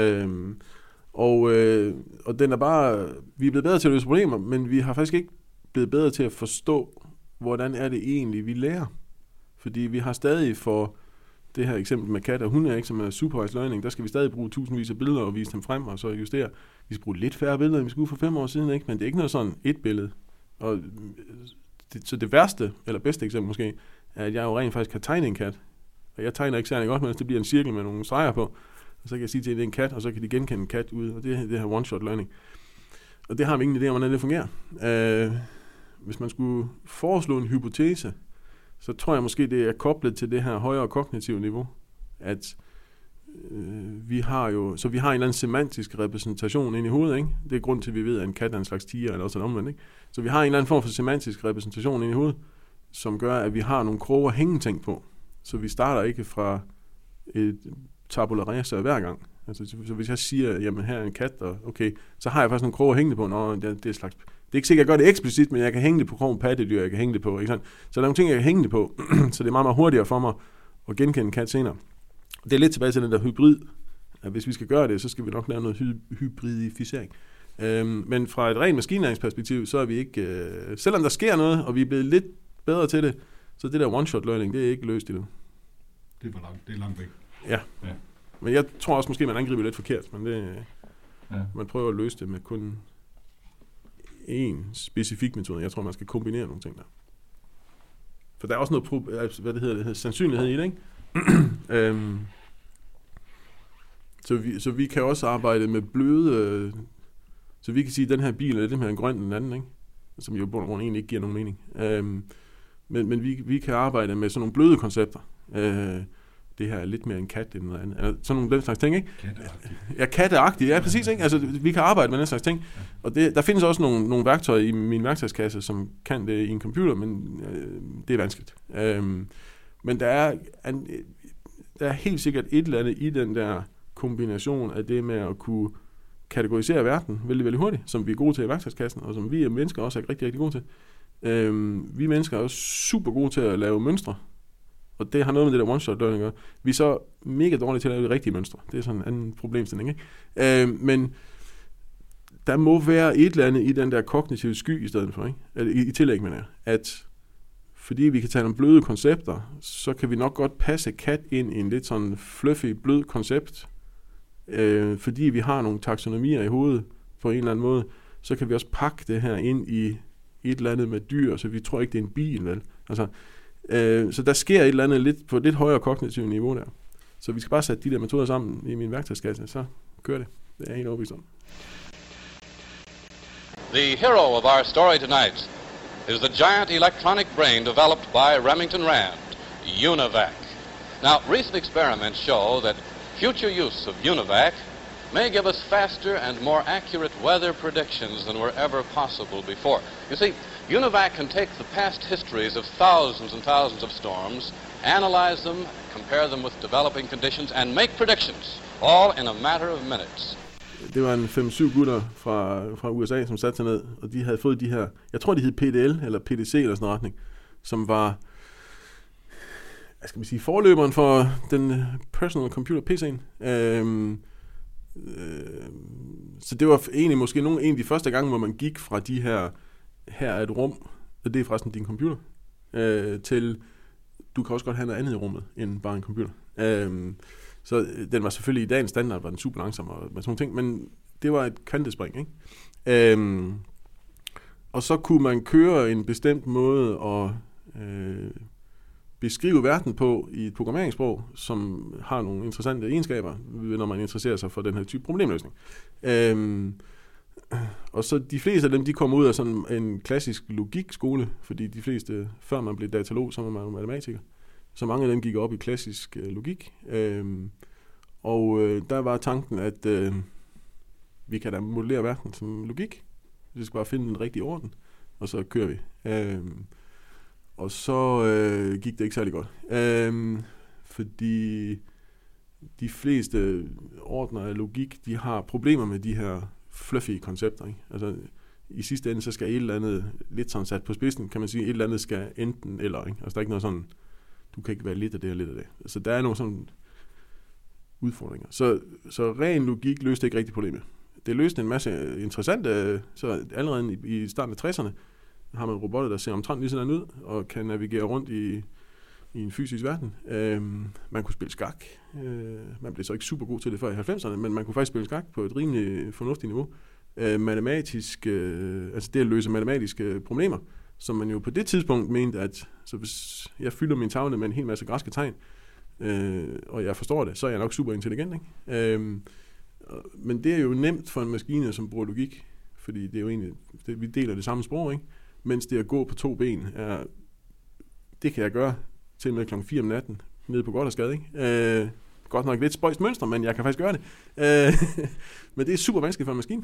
Og den er bare, vi er blevet bedre til at løse problemer, men vi har faktisk ikke blevet bedre til at forstå, hvordan er det egentlig, vi lærer. Fordi vi har stadig for det her eksempel med katter og hunde, ikke, som er supervised learning, der skal vi stadig bruge tusindvis af billeder og vise dem frem, og så justere. Vi skal bruge lidt færre billeder, end vi skulle for 5 år siden, ikke? Men det er ikke noget sådan et billede. Og så det værste, eller bedste eksempel måske, er, at jeg jo rent faktisk kan tegne en kat. Og jeg tegner ikke særlig godt, men det bliver en cirkel med nogle streger på, og så kan jeg sige til, at det er en kat, og så kan de genkende en kat ud, og det er det her one-shot learning. Og det har vi ingen idé om, hvordan det fungerer. Hvis man skulle foreslå en hypotese, så tror jeg måske, det er koblet til det her højere kognitive niveau, at vi har en eller anden semantisk repræsentation inde i hovedet, ikke? Det er grund til, at vi ved, at en kat er en slags tiger, eller også en omvendt, ikke? Så vi har en eller anden form for semantisk repræsentation inde i hovedet, som gør, at vi har nogle kroge at hænge ting på. Så vi starter ikke fra et tabula rasa hver gang. Altså, så hvis jeg siger, jamen her er en kat, og okay, så har jeg faktisk nogle kroge at hænge det på. Nå, det er slags. Det er ikke sikkert, at jeg gør det eksplicit, men jeg kan hænge det på krogen pattedyr, jeg kan hænge det på, ikke sandt? Så der er nogle ting, jeg kan hænge det på, så det er meget, meget hurtigere for mig at genkende en kat senere. Det er lidt tilbage til den der hybrid. At hvis vi skal gøre det, så skal vi nok lave noget hybridificering. Men fra et rent maskinlæringsperspektiv, så er vi ikke... selvom der sker noget, og vi er blevet lidt bedre til det, så det der one-shot learning, det er ikke løst endnu. Det er langt væk. Ja. Men jeg tror også måske, man angriber lidt forkert, men man prøver at løse det med kun én specifik metode. Jeg tror, man skal kombinere nogle ting der. For der er også noget sandsynlighed i det, ikke? Så vi kan også arbejde med bløde... Så vi kan sige, at den her bil er lidt mere en grøn end den anden, ikke? Som jo på grund egentlig ikke giver nogen mening. Men vi kan arbejde med sådan nogle bløde koncepter. Det her er lidt mere en kat end noget andet. Eller sådan nogle den slags ting, ikke? Ja, katteagtigt. Ja, præcis, ikke? Altså, vi kan arbejde med den slags ting. Og der findes også nogle værktøjer i min værktøjskasse, som kan det i en computer, men det er vanskeligt. Men der er helt sikkert et eller andet i den der kombination af det med at kunne kategorisere verden vældig, vældig hurtigt, som vi er gode til i værktøjskassen, og som vi mennesker også er rigtig, rigtig gode til. Vi mennesker er også super gode til at lave mønstre, og det har noget med det der one-shot learning at gøre. Vi er så mega dårlige til at lave de rigtige mønstre. Det er sådan en anden problemstilling, ikke? Men der må være et eller andet i den der kognitive sky i stedet for, ikke? Eller i tillæg, mener jeg, at fordi vi kan tale om bløde koncepter, så kan vi nok godt passe kat ind i en lidt sådan fluffy, blød koncept. Fordi vi har nogle taksonomier i hovedet på en eller anden måde, så kan vi også pakke det her ind i et eller andet med dyr, så vi tror ikke, det er en bil, vel? Altså, så der sker et eller andet lidt på et lidt højere kognitivt niveau der. Så vi skal bare sætte de der metoder sammen i min værktøjskasse, så kører det. Det er jeg helt overbevist om. The hero of our story tonight is the giant electronic brain developed by Remington Rand, UNIVAC. Now, recent experiments show that future use of UNIVAC may give us faster and more accurate weather predictions than were ever possible before. You see, UNIVAC can take the past histories of thousands and thousands of storms, analyze them, compare them with developing conditions, and make predictions, all in a matter of minutes. Det var en 5-7 gutter fra USA, som satte sig ned, og de havde fået de her, jeg tror de hed PDL eller PDC eller sådan en retning, som var, hvad skal man sige, forløberen for den personal computer PC'en. Så det var egentlig måske en af de første gange, hvor man gik fra de her er et rum, og det er forresten din computer, til du kan også godt have noget andet i rummet, end bare en computer. Så den var selvfølgelig i dagens standard, var den super langsom og sådan nogle ting, men det var et kvantespring, ikke? Og så kunne man køre en bestemt måde at beskrive verden på i et programmeringssprog, som har nogle interessante egenskaber, når man interesserer sig for den her type problemløsning. Og så de fleste af dem, de kommer ud af sådan en klassisk logikskole, fordi de fleste, før man blev datalog, så var man matematiker. Så mange af dem gik op i klassisk logik. Der var tanken, at vi kan da modellere verden som logik. Vi skal bare finde den rigtige orden, og så kører vi. Og så gik det ikke særlig godt. Fordi de fleste ordner af logik, de har problemer med de her fluffy koncepter. Ikke? Altså, i sidste ende, så skal et eller andet, lidt sådan sat på spidsen, kan man sige, et eller andet skal enten eller. Ikke? Altså, der er ikke noget sådan, du kan ikke være lidt af det og lidt af det. Så der er nogle sådan udfordringer. Så ren logik løste ikke rigtig problemet. Det løste en masse interessante, så allerede i starten af 60'erne, har man robotter, der ser omtrent lige sådan ud, og kan navigere rundt i en fysisk verden. Man kunne spille skak. Man blev så ikke super god til det før i 90'erne, men man kunne faktisk spille skak på et rimelig fornuftigt niveau. Matematisk, altså det at løse matematiske problemer, som man jo på det tidspunkt mente, at så hvis jeg fylder min tavle med en hel masse græske tegn, og jeg forstår det, så er jeg nok super intelligent, ikke? Men det er jo nemt for en maskine, som bruger logik, fordi det er jo egentlig, vi deler det samme sprog, ikke? Mens det at gå på 2 ben, det kan jeg gøre til med klokken 4 om natten, nede på Gothersgade, ikke? Godt nok lidt spøjst mønster, men jeg kan faktisk gøre det. Men det er super vanskeligt for en maskine.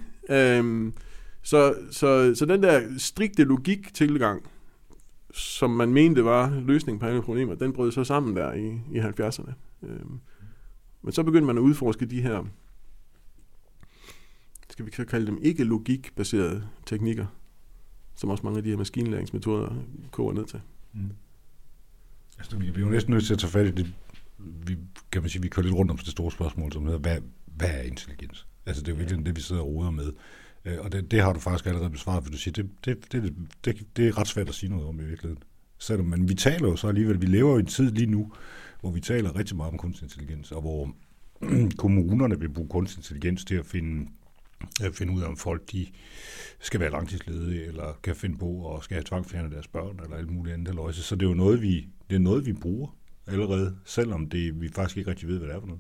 Så den der strikte logik-tilgang, som man mente var løsningen på alle problemer, den brød så sammen der i 70'erne. Men så begyndte man at udforske de her, skal vi kalde dem ikke-logik-baserede teknikker, som også mange af de her maskinlæringsmetoder koger ned til. Altså, vi er jo næsten nødt til at tage fat i det. Kan man sige, vi kører lidt rundt om det store spørgsmål, som hedder, hvad er intelligens? Altså, det er jo virkelig det, vi sidder og roder med. Og det har du faktisk allerede besvaret, for du siger, det er ret svært at sige noget om i virkeligheden. Men vi taler jo så alligevel, vi lever jo i en tid lige nu, hvor vi taler rigtig meget om kunstig intelligens, og hvor kommunerne vil bruge kunstig intelligens til at finde ud af, om folk de skal være langtidsledige, eller kan finde på og skal have tvangfjerne deres børn, eller alt muligt andet løjse. Så det er jo noget, vi bruger allerede, selvom vi faktisk ikke rigtig ved, hvad det er for noget.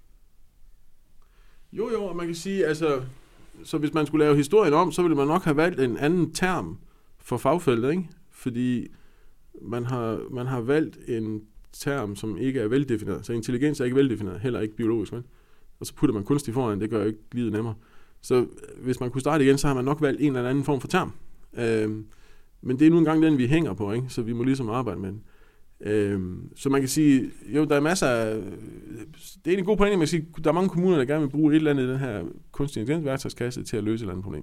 Jo, og man kan sige, altså, så hvis man skulle lave historien om, så ville man nok have valgt en anden term for fagfeltet, ikke? Fordi man har valgt en term, som ikke er veldefineret. Så intelligens er ikke veldefineret, heller ikke biologisk, vel? Og så putter man kunstigt foran, det gør jo ikke livet nemmere. Så hvis man kunne starte igen, så har man nok valgt en eller anden form for term. Men det er nu engang den, vi hænger på, ikke? Så vi må ligesom arbejde med den. Så man kan sige, jo, der er masser af, det er en god pointe, man kan sige, der er mange kommuner, der gerne vil bruge et eller andet i den her kunstig intelligens-værktøjskasse til at løse et eller andet problem.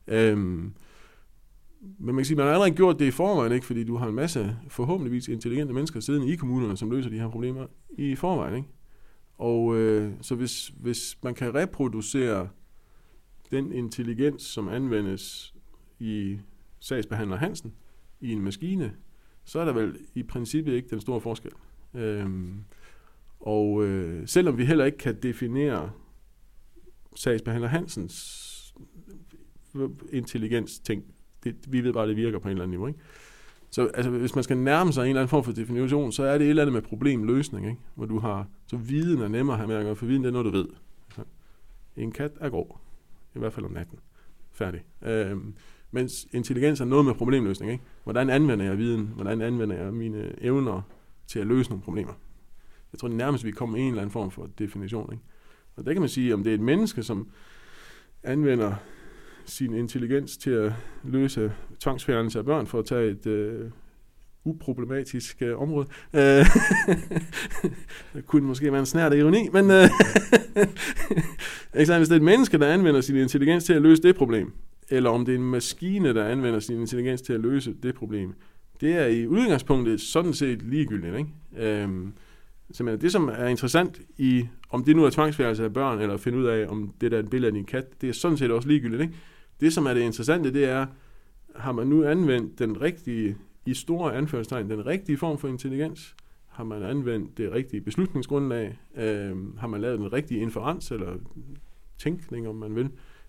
Men man kan sige, man har allerede gjort det i forvejen, ikke? Fordi du har en masse forhåbentligvis intelligente mennesker siddende i kommunerne, som løser de her problemer i forvejen, ikke? Og så hvis man kan reproducere den intelligens, som anvendes i sagsbehandler Hansen, i en maskine, så er der vel i princippet ikke den store forskel. Selvom vi heller ikke kan definere sagsbehandler Hansens intelligens ting, vi ved bare, at det virker på en eller anden niveau, ikke? Så altså, hvis man skal nærme sig en eller anden form for definition, så er det et eller andet med problemløsning, ikke? Hvor du har, så viden er nemmere at have med at gøre, for viden det er noget, du ved. En kat er grå, i hvert fald om natten. Færdig. Mens intelligens er noget med problemløsning, ikke? Hvordan anvender jeg viden? Hvordan anvender jeg mine evner til at løse nogle problemer? Jeg tror, det nærmest vi kommer med en eller anden form for definition, ikke? Og der kan man sige, om det er et menneske, som anvender sin intelligens til at løse tvangsfjernelse af børn, for at tage et uproblematisk område. Der kunne måske være en snert af ironi, men hvis det er et menneske, der anvender sin intelligens til at løse det problem, eller om det er en maskine, der anvender sin intelligens til at løse det problem, det er i udgangspunktet sådan set ligegyldigt, ikke? Simpelthen, det, som er interessant i, om det nu er tvangsfjernelse af børn, eller at finde ud af, om det der er et billede af din kat, det er sådan set også ligegyldigt, ikke? Det, som er det interessante, det er, har man nu anvendt den rigtige, i store anførselstegn, den rigtige form for intelligens? Har man anvendt det rigtige beslutningsgrundlag? Har man lavet den rigtige inferens, eller tænkning, om man vil?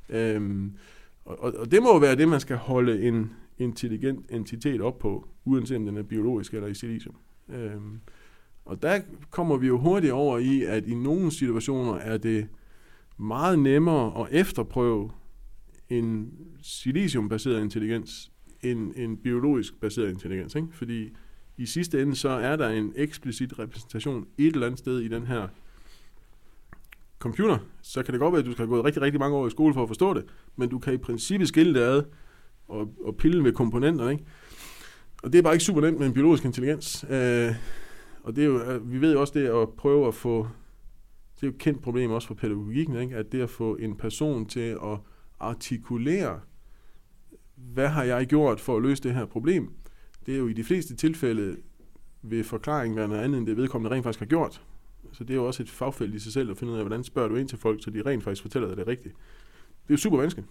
Og det må jo være det, man skal holde en intelligent entitet op på, uanset om den er biologisk eller i silicium. Og der kommer vi jo hurtigt over i, at i nogle situationer er det meget nemmere at efterprøve en siliciumbaseret intelligens end en biologisk baseret intelligens, ikke? Fordi i sidste ende så er der en eksplicit repræsentation et eller andet sted i den her computer. Så kan det godt være, at du skal have gået rigtig, rigtig mange år i skole for at forstå det, men du kan i princippet skille det ad og pille ved komponenterne, ikke? Og det er bare ikke super nemt med en biologisk intelligens. Og det er jo, vi ved jo også det at prøve at få, det er jo et kendt problem også for pædagogikken, ikke? At det at få en person til at artikulere, hvad har jeg gjort for at løse det her problem, det er jo i de fleste tilfælde ved forklaring være noget andet, end det vedkommende rent faktisk har gjort. Så det er jo også et fagfelt i sig selv at finde ud af, hvordan spørger du ind til folk, så de rent faktisk fortæller dig det rigtigt. Det er jo super vanskeligt.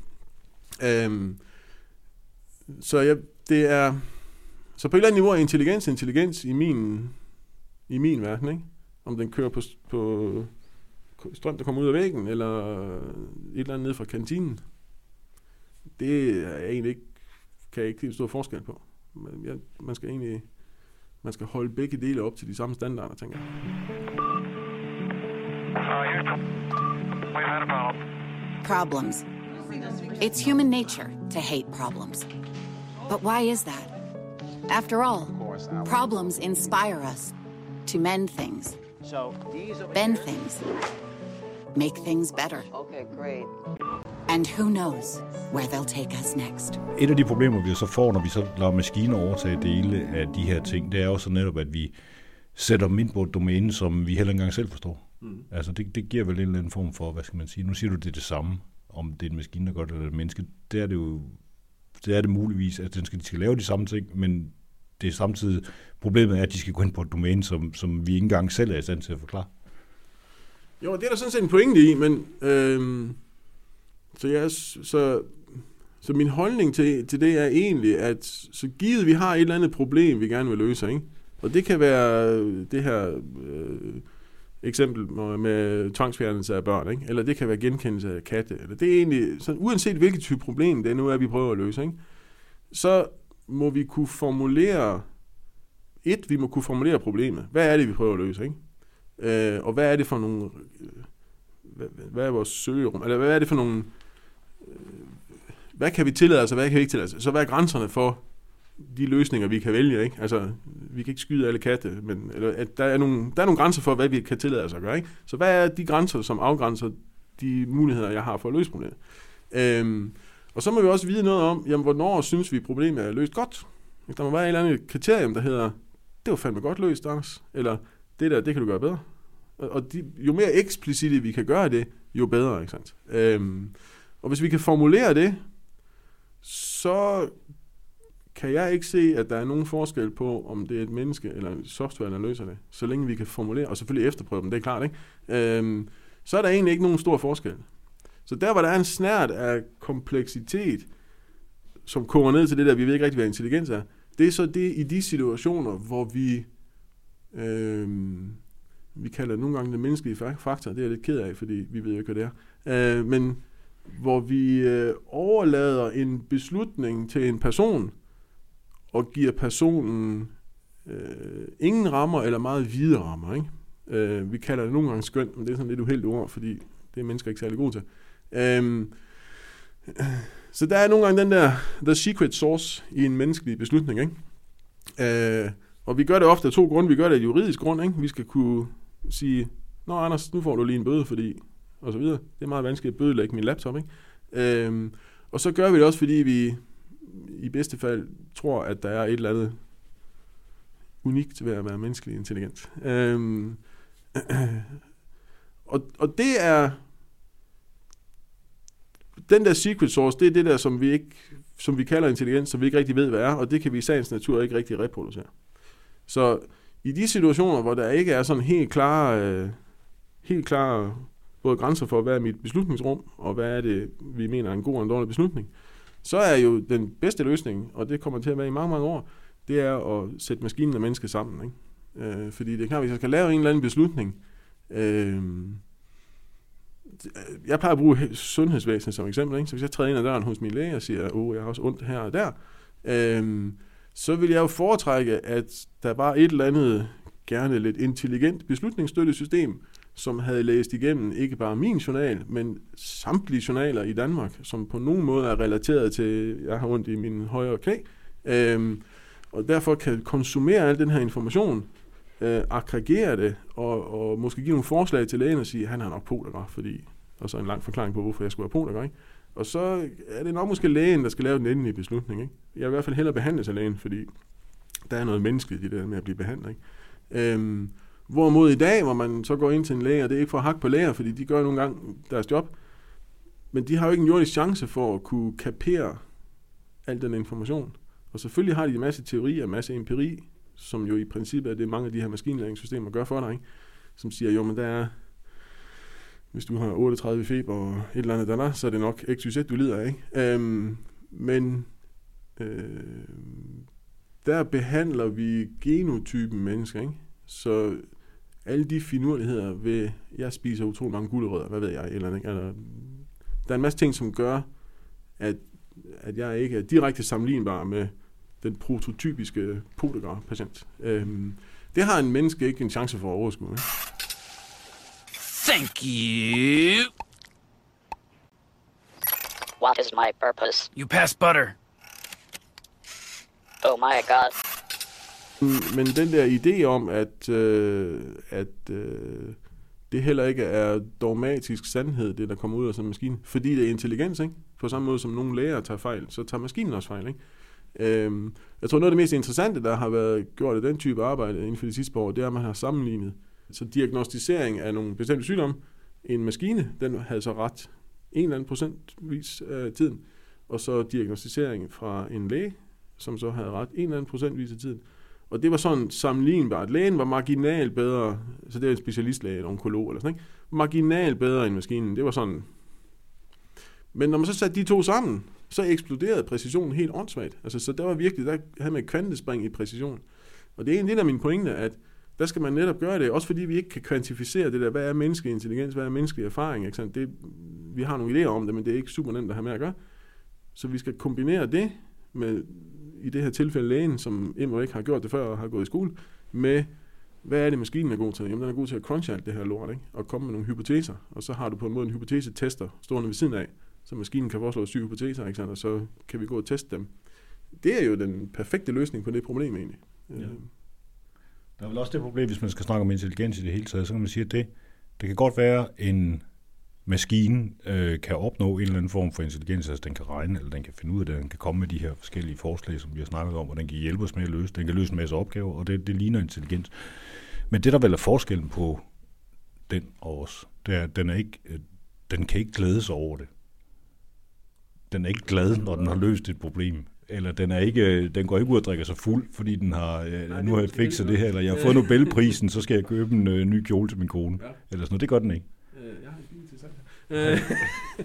Så på et eller andet niveau er intelligens i min verden, ikke? Om den kører på strøm, der kommer ud af væggen, eller et eller andet ned fra kantinen. Det er egentlig ikke, kan jeg ikke en stor forskel på. Man skal holde begge dele op til de samme standarder, tænker jeg. Problems. It's human nature to hate problems. But why is that? After all, problems inspire us to mend things, bend things, make things better. Okay, great. And who knows where they'll take us next. Et af de problemer, vi så får, når vi så lader maskiner overtage dele af de her ting, det er jo så netop, at vi sætter dem ind på et domæne, som vi heller ikke engang selv forstår. Altså, det giver vel en eller anden form for, hvad skal man sige, nu siger du, det er det samme, om det er en maskine, der gør det, eller et menneske. Det er det jo, det er det muligvis, at de skal lave de samme ting, men det er samtidig, problemet er, at de skal gå ind på et domæne, som vi ikke engang selv er i stand til at forklare. Jo, det er der sådan set en pointe i, men så min holdning til det er egentlig, at så givet vi har et eller andet problem, vi gerne vil løse, ikke? Og det kan være det her eksempel med tvangsfjernelse af børn, ikke? Eller det kan være genkendelse af katte, eller det er egentlig, så uanset hvilket type problem det nu er, vi prøver at løse, ikke? Så må vi kunne formulere vi må kunne formulere problemet. Hvad er det, vi prøver at løse, ikke? Og hvad er det for nogle hvad er vores søgerum, eller hvad er det for nogle hvad kan vi tillade os, og hvad kan vi ikke tillade os? Så hvad er grænserne for de løsninger, vi kan vælge, ikke? Altså, vi kan ikke skyde alle katte, men der er nogle grænser for, hvad vi kan tillade os at gøre, ikke? Så hvad er de grænser, som afgrænser de muligheder, jeg har for at løse problemet? Og så må vi også vide noget om, jamen, hvornår synes vi, problemet er løst godt? Der må være et eller andet kriterium, der hedder, det var fandme godt løst, Anders, eller det der, det kan du gøre bedre. Og jo mere eksplicit vi kan gøre det, jo bedre, ikke sandt? Og hvis vi kan formulere det, så kan jeg ikke se, at der er nogen forskel på, om det er et menneske eller en software, der løser det. Så længe vi kan formulere, og selvfølgelig efterprøve dem, det er klart, ikke? Så er der egentlig ikke nogen stor forskel. Så der, hvor der er en snert af kompleksitet, som koger ned til det der, vi ved ikke rigtig, hvad intelligens er, det er så det i de situationer, hvor vi kalder nogle gange det menneskelige faktor, det er jeg lidt ked af, fordi vi ved jo ikke, hvad det er, men hvor vi overlader en beslutning til en person, og giver personen ingen rammer, eller meget vide rammer, ikke? Vi kalder det nogle gange skønt, men det er sådan lidt uheldigt ord, fordi det er mennesker ikke særlig gode til. Så der er nogle gange den der the secret sauce i en menneskelig beslutning, ikke? Og vi gør det ofte af 2 grunde. Vi gør det af juridisk grund, ikke? Vi skal kunne sige, nå Anders, nu får du lige en bøde, fordi, og så videre. Det er meget vanskeligt at bødelægge min laptop, ikke? Og så gør vi det også, fordi vi i bedste fald tror, at der er et eller andet unikt ved at være menneskelig intelligens. Og det er den der secret source, det er det der, som vi kalder intelligens, som vi ikke rigtig ved, hvad er, og det kan vi i sagens natur ikke rigtig reproducere. Så i de situationer, hvor der ikke er sådan helt klare både grænser for, hvad er mit beslutningsrum, og hvad er det, vi mener er en god og en dårlig beslutning, så er jo den bedste løsning, og det kommer til at være i mange, mange år, det er at sætte maskinen og mennesket sammen, ikke? Fordi det er klart, hvis jeg skal lave en eller anden beslutning, jeg plejer at bruge sundhedsvæsenet som eksempel, ikke? Så hvis jeg træder ind ad døren hos min læge og siger, jeg har også ondt her og der, så vil jeg jo foretrække, at der var et eller andet, gerne lidt intelligent beslutningsstøttesystem, som havde læst igennem ikke bare min journal, men samtlige journaler i Danmark, som på nogen måde er relateret til, jeg har ondt i min højre knæ, og derfor kan konsumere al den her information, aggregere det, og måske give nogle forslag til lægen og sige, at han har nok polio, fordi, og så en lang forklaring på, hvorfor jeg skulle have polio, ikke? Og så er det nok måske lægen, der skal lave den endelige beslutning, ikke? Jeg vil i hvert fald hellere behandles af lægen, fordi der er noget menneskeligt i det der med at blive behandlet, ikke? Hvorimod i dag, hvor man så går ind til en læge, og det er ikke for at hakke på læger, fordi de gør nogle gange deres job, men de har jo ikke en jordisk chance for at kunne kapere al den information. Og selvfølgelig har de en masse teorier, en masse empiri, som jo i princippet er det, mange af de her maskinlæringssystemer gør for dig, ikke? Som siger, jo, men der er, hvis du har 38 feber og et eller andet der, så er det nok XYZ, du lider af, ikke? Men der behandler vi genotypen mennesker, ikke? Så alle de finurligheder ved, jeg spiser utrolig mange gulerødder, hvad ved jeg, eller der er en masse ting, som gør, at jeg ikke er direkte sammenlignbar med den prototypiske polio-patient. Det har en menneske ikke en chance for at overskue. Ikke? Thank you. What is my purpose? You pass butter. Oh my god. Men den der idé om, at det heller ikke er dogmatisk sandhed, det der kommer ud af sådan en maskine, fordi det er intelligens, ikke? På samme måde som nogle læger tager fejl, så tager maskinen også fejl, ikke? Jeg tror, noget af det mest interessante, der har været gjort i den type arbejde inden for de sidste par år, det er, at man har sammenlignet. Så diagnostisering af nogle bestemte sygdomme, en maskine, den havde så ret en eller anden procentvis af tiden, og så diagnostisering fra en læge, som så havde ret en eller anden procentvis af tiden. Og det var sådan sammenlignbart. Lægen var marginalt bedre, så det er en specialistlæge, en onkolog eller sådan, ikke? Marginalt bedre end maskinen. Det var sådan. Men når man så satte de to sammen, så eksploderede præcisionen helt åndssvagt. Altså, så der var virkelig, der havde man kvantespring i præcision. Og det er egentlig lidt af min pointe, at der skal man netop gøre det, også fordi vi ikke kan kvantificere det der, hvad er menneskelig intelligens, hvad er menneskelig erfaring, ikke sant? Det, vi har nogle idéer om det, men det er ikke super nemt at have med at gøre. Så vi skal kombinere det med, i det her tilfælde lægen, som endnu ikke har gjort det før og har gået i skole, med, hvad er det maskinen er god til? Jamen, den er god til at crunche alt det her lort, ikke? Og komme med nogle hypoteser, og så har du på en måde en hypotesetester stående ved siden af, så maskinen kan foreslå 7 hypoteser, ikke sant? Og så kan vi gå og teste dem. Det er jo den perfekte løsning på det problem egentlig. Ja. Der er vel også det problem, hvis man skal snakke om intelligens i det hele taget, så kan man sige, at det kan godt være, en maskine kan opnå en eller anden form for intelligens, altså den kan regne, eller den kan finde ud af det, den kan komme med de her forskellige forslag, som vi har snakket om, og den kan hjælpe os med at løse. Den kan løse en masse opgaver, og det ligner intelligens. Men det, der vel er forskellen på den og os, det er, at den kan ikke glæde sig over det. Den er ikke glad, når den har løst et problem. Eller den går ikke ud og drikker sig fuld, fordi den har, nu har jeg fikset det her, eller jeg har fået Nobelprisen, så skal jeg købe en ny kjole til min kone. Ja. Eller sådan noget. Det gør den ikke. Jeg har en bil til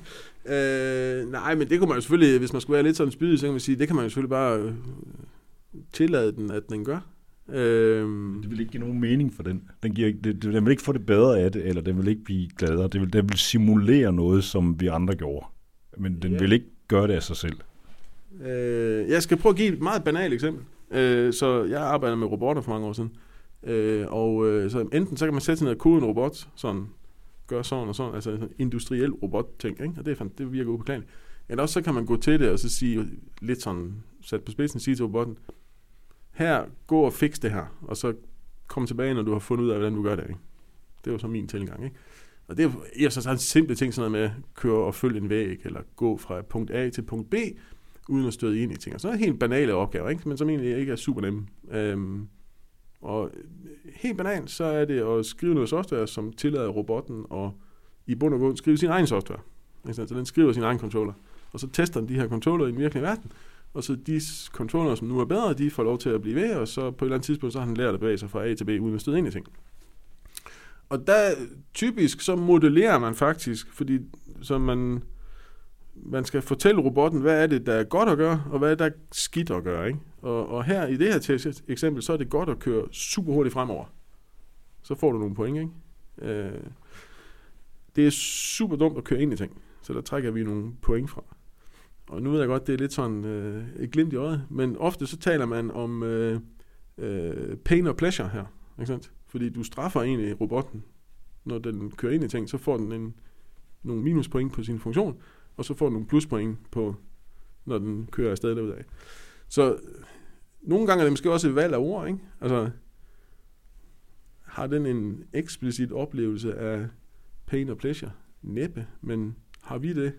salg. Nej, men det kunne man jo selvfølgelig, hvis man skulle være lidt sådan spydig, så kan man sige, det kan man jo selvfølgelig bare tillade den, at den gør. Det vil ikke give nogen mening for den. Den vil ikke få det bedre af det, eller den vil ikke blive gladere. Den vil simulere noget, som vi andre gjorde. Men den vil ikke gøre det af sig selv. Jeg skal prøve at give et meget banalt eksempel. Så jeg arbejdede med robotter for mange år siden. Så enten så kan man sætte sig ned og kode en robot, sådan, gør sådan og sådan, altså en industriel robot-ting, ikke? Og det virker upåklageligt. Eller også så kan man gå til det og så sige, lidt sådan, sat på spidsen, sige til robotten, her, gå og fix det her, og så kom tilbage, når du har fundet ud af, hvordan du gør det, ikke? Det er jo så min tilgang, ikke? Og det er så en simple ting, sådan noget med at køre og følge en væg, eller gå fra punkt A til punkt B, uden at støde ind i ting. Og så er det helt banale opgaver, ikke? Men som egentlig ikke er super nemme. Og helt banalt, så er det at skrive noget software, som tillader robotten at i bund og grund skrive sin egen software. Så den skriver sin egen controller. Og så tester den de her controller i den virkelige verden. Og så de controller, som nu er bedre, de får lov til at blive ved, og så på et eller andet tidspunkt, så har han lært at bevæge sig fra A til B, uden at støde ind i ting. Og der typisk, så modellerer man faktisk, fordi så man skal fortælle robotten, hvad er det, der er godt at gøre, og hvad er det, der er skidt at gøre, ikke? Og her i det her eksempel, så er det godt at køre super hurtigt fremover. Så får du nogle point, ikke? Det er super dumt at køre ind i ting, så der trækker vi nogle point fra. Og nu ved jeg godt, det er lidt sådan et glimt i øjet, men ofte så taler man om pain og pleasure her, ikke sandt? Fordi du straffer egentlig robotten, når den kører ind i ting, så får den nogle minuspoint på sin funktion, og så får den nogle pluspoint på, når den kører afsted derudad. Så nogle gange er det måske også et valg af ord, ikke? Altså, har den en eksplicit oplevelse af pain og pleasure? Næppe, men har vi det?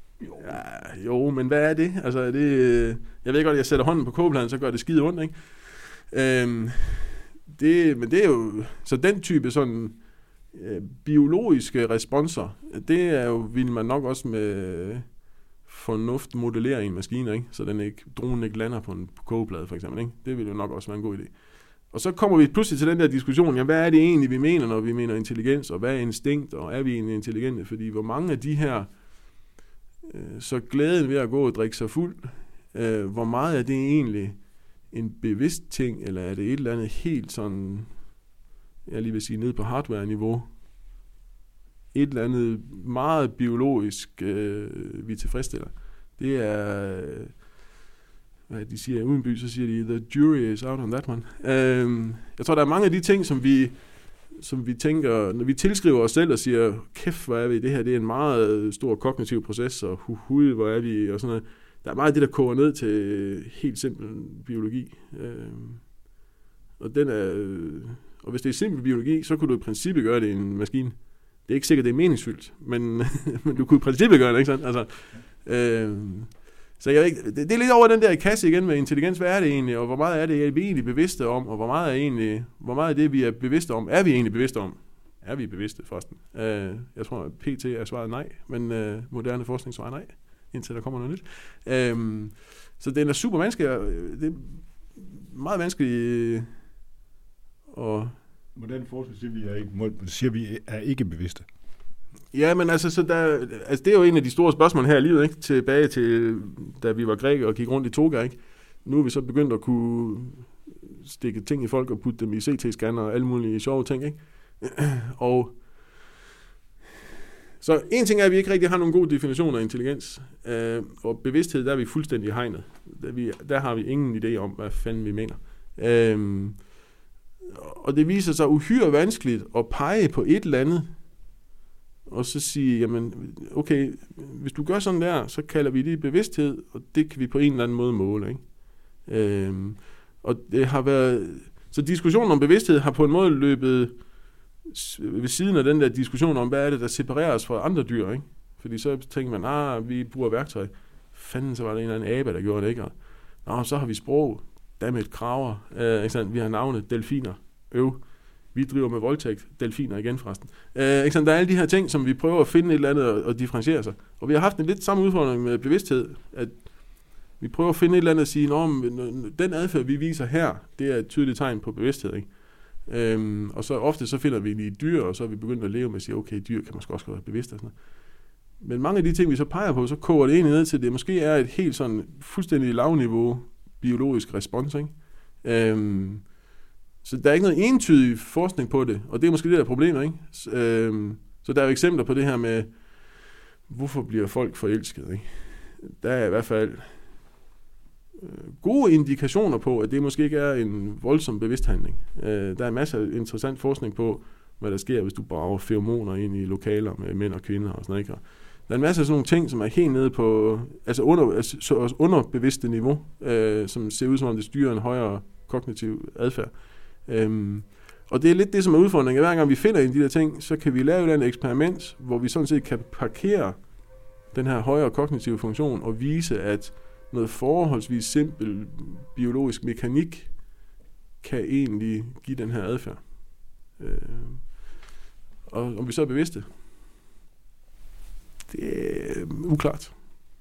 Jo, men hvad er det? Altså, er det, jeg ved godt, at jeg sætter hånden på kogepladen, så gør det skide ondt, ikke? Men det er jo, så den type sådan biologiske responser, det er jo, vil man nok også med fornuft modellere i en maskine, ikke? Så dronen ikke lander på en kogeplade, for eksempel, ikke? Det vil jo nok også være en god idé. Og så kommer vi pludselig til den der diskussion, ja, hvad er det egentlig, vi mener, når vi mener intelligens, og hvad er instinkt, og er vi egentlig intelligente? Fordi hvor mange af de her, så glæden ved at gå og drikke sig fuld, hvor meget er det egentlig en bevidst ting, eller er det et eller andet helt sådan, jeg lige vil sige, ned på hardware-niveau, et eller andet meget biologisk, vi tilfredsstiller. Det er, hvad de siger i Udenby, så siger de, the jury is out on that one. Jeg tror, der er mange af de ting, som vi tænker, når vi tilskriver os selv og siger, kæft, hvor er vi, det her, det er en meget stor kognitiv proces, og hvor er vi, og sådan noget. Der er meget af det, der koger ned til helt simpel biologi. Og hvis det er simpel biologi, så kunne du i princippet gøre det i en maskine. Det er ikke sikkert, det er meningsfyldt, men du kunne i princippet gøre det, ikke sådan? Altså, så jeg ved ikke, det er lidt over den der kasse igen med intelligens. Hvad er det egentlig, og hvor meget er det, vi er egentlig bevidste om, og hvor meget af det, vi er bevidste om, er vi egentlig bevidste om? Er vi bevidste, forresten? Jeg tror, at PT er svaret nej, men moderne forskning svarer nej, indtil der kommer noget nyt. Så den er super vanskelig. Det er meget vanskeligt at... Moderne forskning siger, vi er ikke bevidste. Ja, men altså, det er jo en af de store spørgsmål her i livet, ikke? Tilbage til, da vi var grækere og gik rundt i toga, ikke? Nu er vi så begyndt at kunne stikke ting i folk og putte dem i CT-scanner og alle mulige sjove ting, ikke? Og så en ting er, at vi ikke rigtig har nogen god definition af intelligens, og bevidsthed, der er vi fuldstændig hegnet. Der har vi ingen idé om, hvad fanden vi mener. Og det viser sig uhyre vanskeligt at pege på et eller andet, og så sige, jamen, okay, hvis du gør sådan der, så kalder vi det bevidsthed, og det kan vi på en eller anden måde måle, ikke? Og det har været... Så diskussionen om bevidsthed har på en måde løbet ved siden af den der diskussion om, hvad er det, der separerer os fra andre dyr, ikke? Fordi så tænker man, vi bruger værktøj. Fanden, så var der en eller anden abe, der gjorde det, ikke? Og så har vi sprog. Dammit, kraver. Ikke sandt? Vi har navne, delfiner. Vi driver med voldtægt. Delfiner igen, forresten. Ikke sandt? Der er alle de her ting, som vi prøver at finde et eller andet og differentiere sig. Og vi har haft en lidt samme udfordring med bevidsthed, at vi prøver at finde et eller andet og sige, den adfærd, vi viser her, det er et tydeligt tegn på bevidsthed, ikke? Og så ofte så finder vi det i dyr, og så er vi begyndt at leve med at sige, okay, dyr kan måske også være bevidste og sådan noget. Men mange af de ting, vi så peger på, så koger det egentlig ned til, det måske er et helt sådan fuldstændig lavniveau biologisk respons, ikke? Så der er ikke noget entydig forskning på det, og det er måske det der problemet, ikke? Så der er jo eksempler på det her med, hvorfor bliver folk forelskede, ikke? Der er i hvert fald gode indikationer på, at det måske ikke er en voldsom bevidst handling. Der er masser af interessant forskning på, hvad der sker, hvis du brager feromoner ind i lokaler med mænd og kvinder og sådan noget, ikke? Og der er en masse af sådan nogle ting, som er helt nede på, altså underbevidste niveau, som ser ud som om det styrer en højere kognitiv adfærd. Og det er lidt det, som er udfordringen. Hver gang vi finder en af de der ting, så kan vi lave et eksperiment, hvor vi sådan set kan parkere den her højere kognitive funktion og vise, at noget forholdsvis simpel biologisk mekanik kan egentlig give den her adfærd. Og om vi så er bevidste, det er uklart.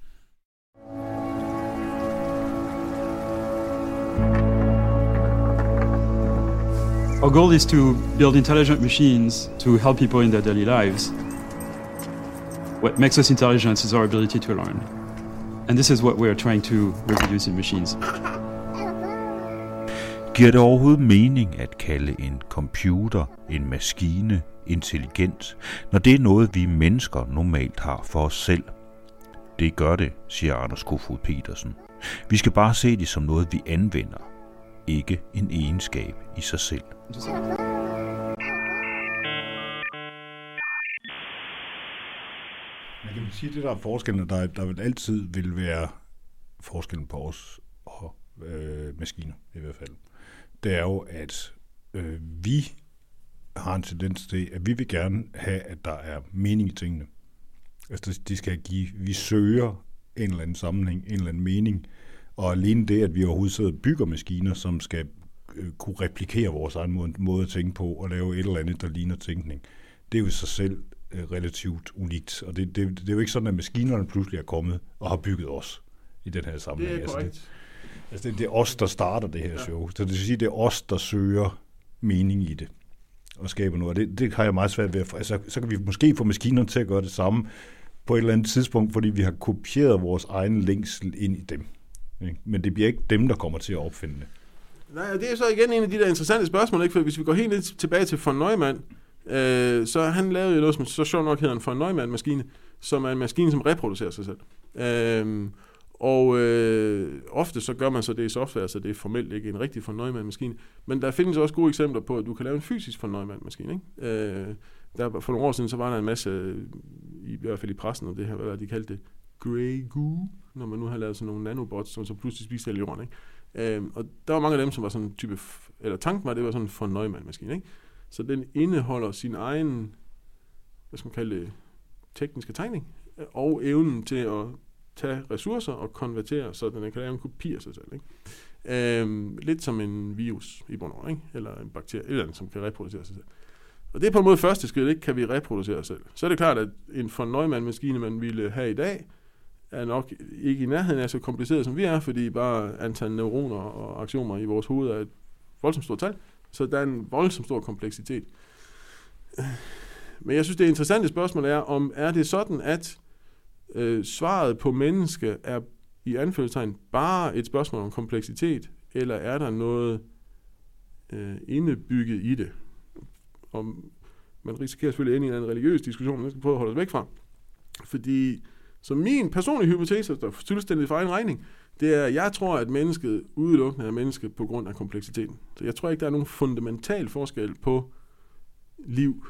Our goal is to build intelligent machines to help people in their daily lives. What makes us intelligent is our ability to learn. And this is what we are trying to reproduce in machines. Giver det overhovedet mening at kalde en computer, en maskine, intelligent, når det er noget, vi mennesker normalt har for os selv? Det gør det, siger Anders Kofod Petersen. Vi skal bare se det som noget, vi anvender, ikke en egenskab i sig selv. Man kan sige, det der er forskellen, der vil altid vil være forskellen på os og maskiner i hvert fald. Det er jo, at vi har en tendens til, at vi vil gerne have, at der er mening i tingene. Altså, de skal give, vi søger en eller anden sammenhæng, en eller anden mening, og alene det, at vi overhovedet sidder og bygger maskiner, som skal kunne replikere vores egen måde at tænke på, og lave et eller andet, der ligner tænkning, det er jo i sig selv relativt unikt. Og det er jo ikke sådan, at maskinerne pludselig er kommet og har bygget os i den her sammenhæng. Det er korrekt. Altså, det er os, der starter det her show. Så det vil sige, det er os, der søger mening i det og skaber noget. Det har jeg meget svært ved at... Altså, så kan vi måske få maskinerne til at gøre det samme på et eller andet tidspunkt, fordi vi har kopieret vores egen længsel ind i dem. Men det bliver ikke dem, der kommer til at opfinde det. Nej, det er så igen en af de der interessante spørgsmål, ikke? For hvis vi går helt lidt tilbage til von Neumann, så han lavede jo noget, som så sjovt nok hedder en von Neumann-maskine, som er en maskine, som reproducerer sig selv. Ofte så gør man så det i software, så det er formelt ikke en rigtig von Neumann-maskine. Men der findes også gode eksempler på, at du kan lave en fysisk von Neumann-maskine, ikke? Der for nogle år siden, så var der en masse, i hvert fald i pressen, om det her, hvad de kaldte det, Grey Goo, når man nu har lavet sådan nogle nanobots, som så pludselig spiser hele jorden, ikke? Og der var mange af dem, som var sådan en type, eller tanken var, det var sådan en von Neumann-maskine, ikke? Så den indeholder sin egen, hvad skal man kalde det, tekniske tegning, og evnen til at tage ressourcer og konvertere, så den kan lave en kopi af sig selv, ikke? Lidt som en virus i bund og grund, ikke? Eller en bakterie, eller andet, som kan reproducere sig selv. Og det er på en måde første skridt, ikke? Kan vi reproducere os selv? Så er det klart, at en von Neumann-maskine, man ville have i dag, er nok ikke i nærheden af så kompliceret, som vi er, fordi bare antal neuroner og aktioner i vores hoved er et voldsomt stort tal. Så der er en voldsomt stor kompleksitet. Men jeg synes, det interessante spørgsmål er, er det sådan, at svaret på menneske er i anførselstegn bare et spørgsmål om kompleksitet, eller er der noget indebygget i det? Og man risikerer selvfølgelig ind i en religiøs diskussion, man skal prøve at holde os væk fra. Fordi, så min personlige hypotese, der er fuldstændig for egen regning, det er, at jeg tror, at mennesket udelukkende er menneske på grund af kompleksiteten. Så jeg tror ikke, der er nogen fundamental forskel på liv.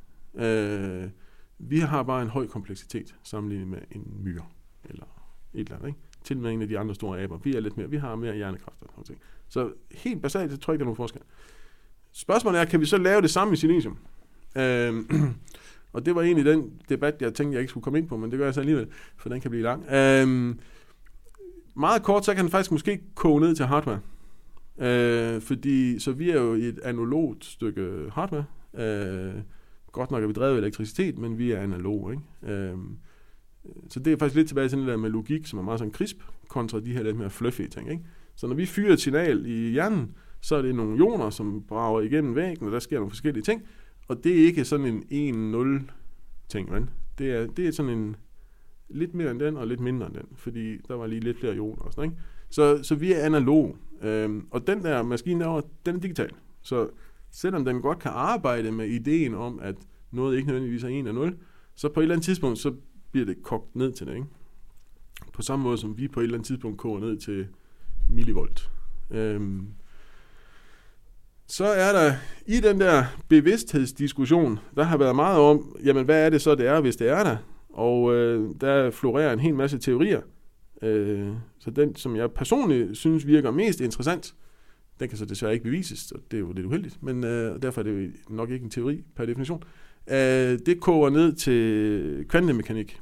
Vi har bare en høj kompleksitet sammenlignet med en myre eller et eller andet, ikke? Til med en af de andre store aber. Vi har mere hjernekræfter. Så helt basalt, så tror jeg ikke, der er nogen forskel. Spørgsmålet er, kan vi så lave det samme i silicium? Og det var egentlig den debat, jeg tænkte, jeg ikke skulle komme ind på, men det gør jeg så alligevel, for den kan blive lang. Meget kort, så kan den faktisk måske koge ned til hardware. Fordi, så vi er jo et analogt stykke hardware. Godt nok er vi drevet af elektricitet, men vi er analog, ikke? Så det er faktisk lidt tilbage til det der med logik, som er meget sådan crisp, kontra de her lidt mere fluffy ting, ikke? Så når vi fyrer et signal i hjernen, så er det nogle ioner, som brager igennem væggen, og der sker nogle forskellige ting, og det er ikke sådan en 1-0 ting, vel? Det er sådan en lidt mere end den, og lidt mindre end den, fordi der var lige lidt flere ioner og sådan, ikke? Så vi er analog. Og den der maskine derovre, den er digital. Så selvom den godt kan arbejde med ideen om, at noget ikke nødvendigvis er 1 og 0, så på et eller andet tidspunkt, så bliver det kogt ned til det, ikke? På samme måde som vi på et eller andet tidspunkt koger ned til millivolt. Så er der i den der bevidsthedsdiskussion, der har været meget om, jamen hvad er det så, det er, hvis det er der? Og der florerer en hel masse teorier. Så den, som jeg personligt synes virker mest interessant, den kan så desværre ikke bevises, og det er jo lidt uheldigt, men derfor er det jo nok ikke en teori per definition. Det koger ned til kvantemekanik.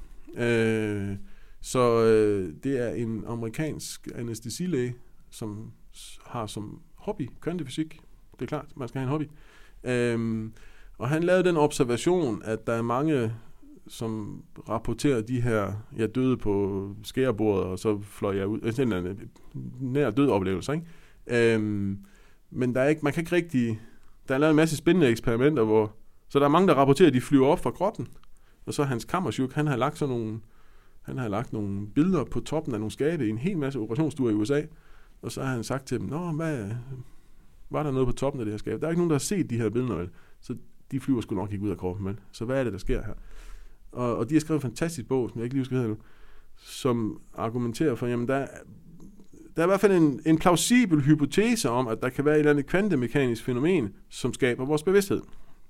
Så det er en amerikansk anæstesilæge, som har som hobby kvantefysik. Det er klart, man skal have en hobby. Og han lavede den observation, at der er mange, som rapporterer de her, jeg døde på skærebordet, og så fløj jeg ud. Sådan en nær død oplevelse, ikke? Men der er ikke, man kan ikke rigtig. Der er lavet en masse spændende eksperimenter, hvor så der er mange, der rapporterer, at de flyver op fra kroppen. Og så Hans Kammerchuk, han har lagt nogle billeder på toppen af nogle skabe i en hel masse operationsstuer i USA. Og så har han sagt til dem, var der noget på toppen af det her skab? Der er ikke nogen, der har set de her billeder, vel? Så de flyver sgu nok ikke ud af kroppen, vel? Så hvad er det, der sker her? Og de har skrevet en fantastisk bog, som jeg ikke lige husker hedder nu, som argumenterer for, jamen der er i hvert fald en plausibel hypotese om, at der kan være et eller andet kvantemekanisk fænomen, som skaber vores bevidsthed.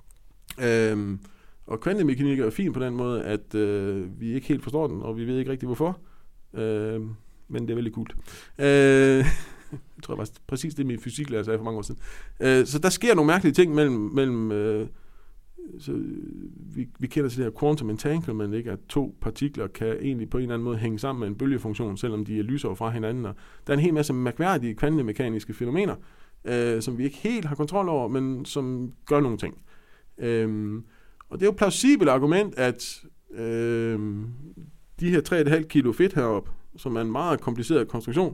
Og kvantemekanik er jo fint på den måde, at vi ikke helt forstår den, og vi ved ikke rigtig hvorfor. Men det er veldig cool. Jeg tror, det var præcis det, min fysiklærer sagde for mange år siden. Så der sker nogle mærkelige ting mellem så vi kender til det her quantum entanglement, ikke? At to partikler kan egentlig på en eller anden måde hænge sammen med en bølgefunktion, selvom de er lysår fra hinanden. Og der er en hel masse mærkværdige kvantemekaniske fænomener, som vi ikke helt har kontrol over, men som gør nogle ting. Og det er jo et plausibelt argument, at de her 3,5 kilo fedt heroppe, som er en meget kompliceret konstruktion,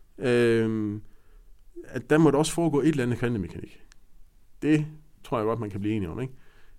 at der må der også foregå et eller andet kvantemekanik. Det tror jeg godt, man kan blive enige om, ikke?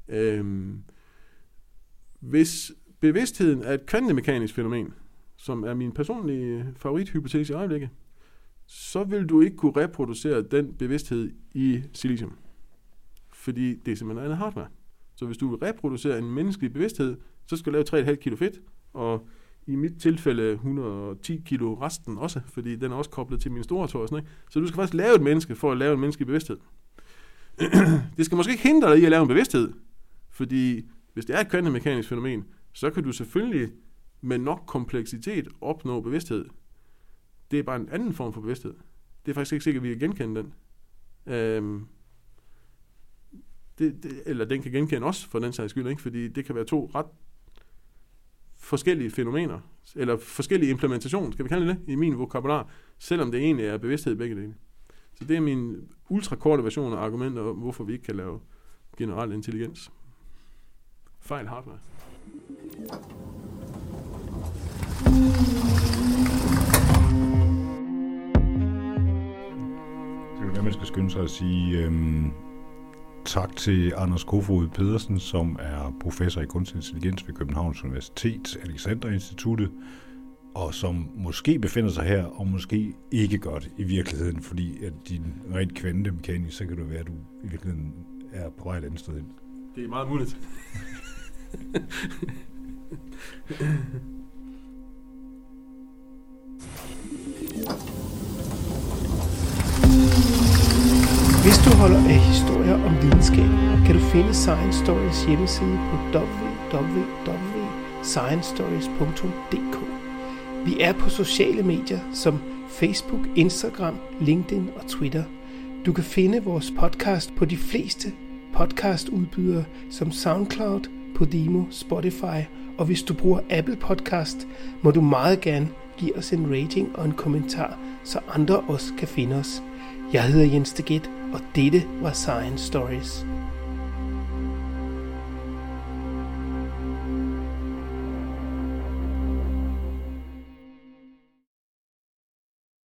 Hvis bevidstheden er et kvantemekanisk fænomen, som er min personlige favorithypotese i øjeblikket, så vil du ikke kunne reproducere den bevidsthed i silicium. Fordi det er simpelthen andet hardware. Så hvis du vil reproducere en menneskelig bevidsthed, så skal du lave 3,5 kilo fedt, og i mit tilfælde 110 kilo resten også, fordi den er også koblet til min store tår. Sådan, ikke? Så du skal faktisk lave et menneske for at lave en menneskelig bevidsthed. Det skal måske ikke hindre dig i at lave en bevidsthed, fordi hvis det er et kvantemekanisk fænomen, så kan du selvfølgelig med nok kompleksitet opnå bevidsthed. Det er bare en anden form for bevidsthed. Det er faktisk ikke sikkert, at vi kan genkende den. Eller den kan genkende os, for den sags skyld, ikke? Fordi det kan være to ret forskellige fænomener, eller forskellige implementationer, skal vi kalde det, i min vokabular, selvom det egentlig er bevidsthed begge dele. Så det er min ultrakorte version af argumenter om, hvorfor vi ikke kan lave generel intelligens. Fejl hardware. Det er jo det, man skal skynde sig at sige tak til Anders Kofod Pedersen, som er professor i kunstig intelligens ved Københavns Universitet, Alexander Instituttet, og som måske befinder sig her, og måske ikke gør det i virkeligheden, fordi at din rent kvantemekanisk, så kan det være, at du i virkeligheden er på vej et andet sted hen. Det er meget muligt. Hvis du holder af historier om videnskab, kan du finde Science Stories hjemmeside på www.sciencestories.dk. Vi er på sociale medier som Facebook, Instagram, LinkedIn og Twitter. Du kan finde vores podcast på de fleste podcastudbydere som SoundCloud, Podimo, Spotify, og hvis du bruger Apple Podcast, må du meget gerne give os en rating og en kommentar, så andre også kan finde os. Jeg hedder Jens de Get, og dette var Science Stories.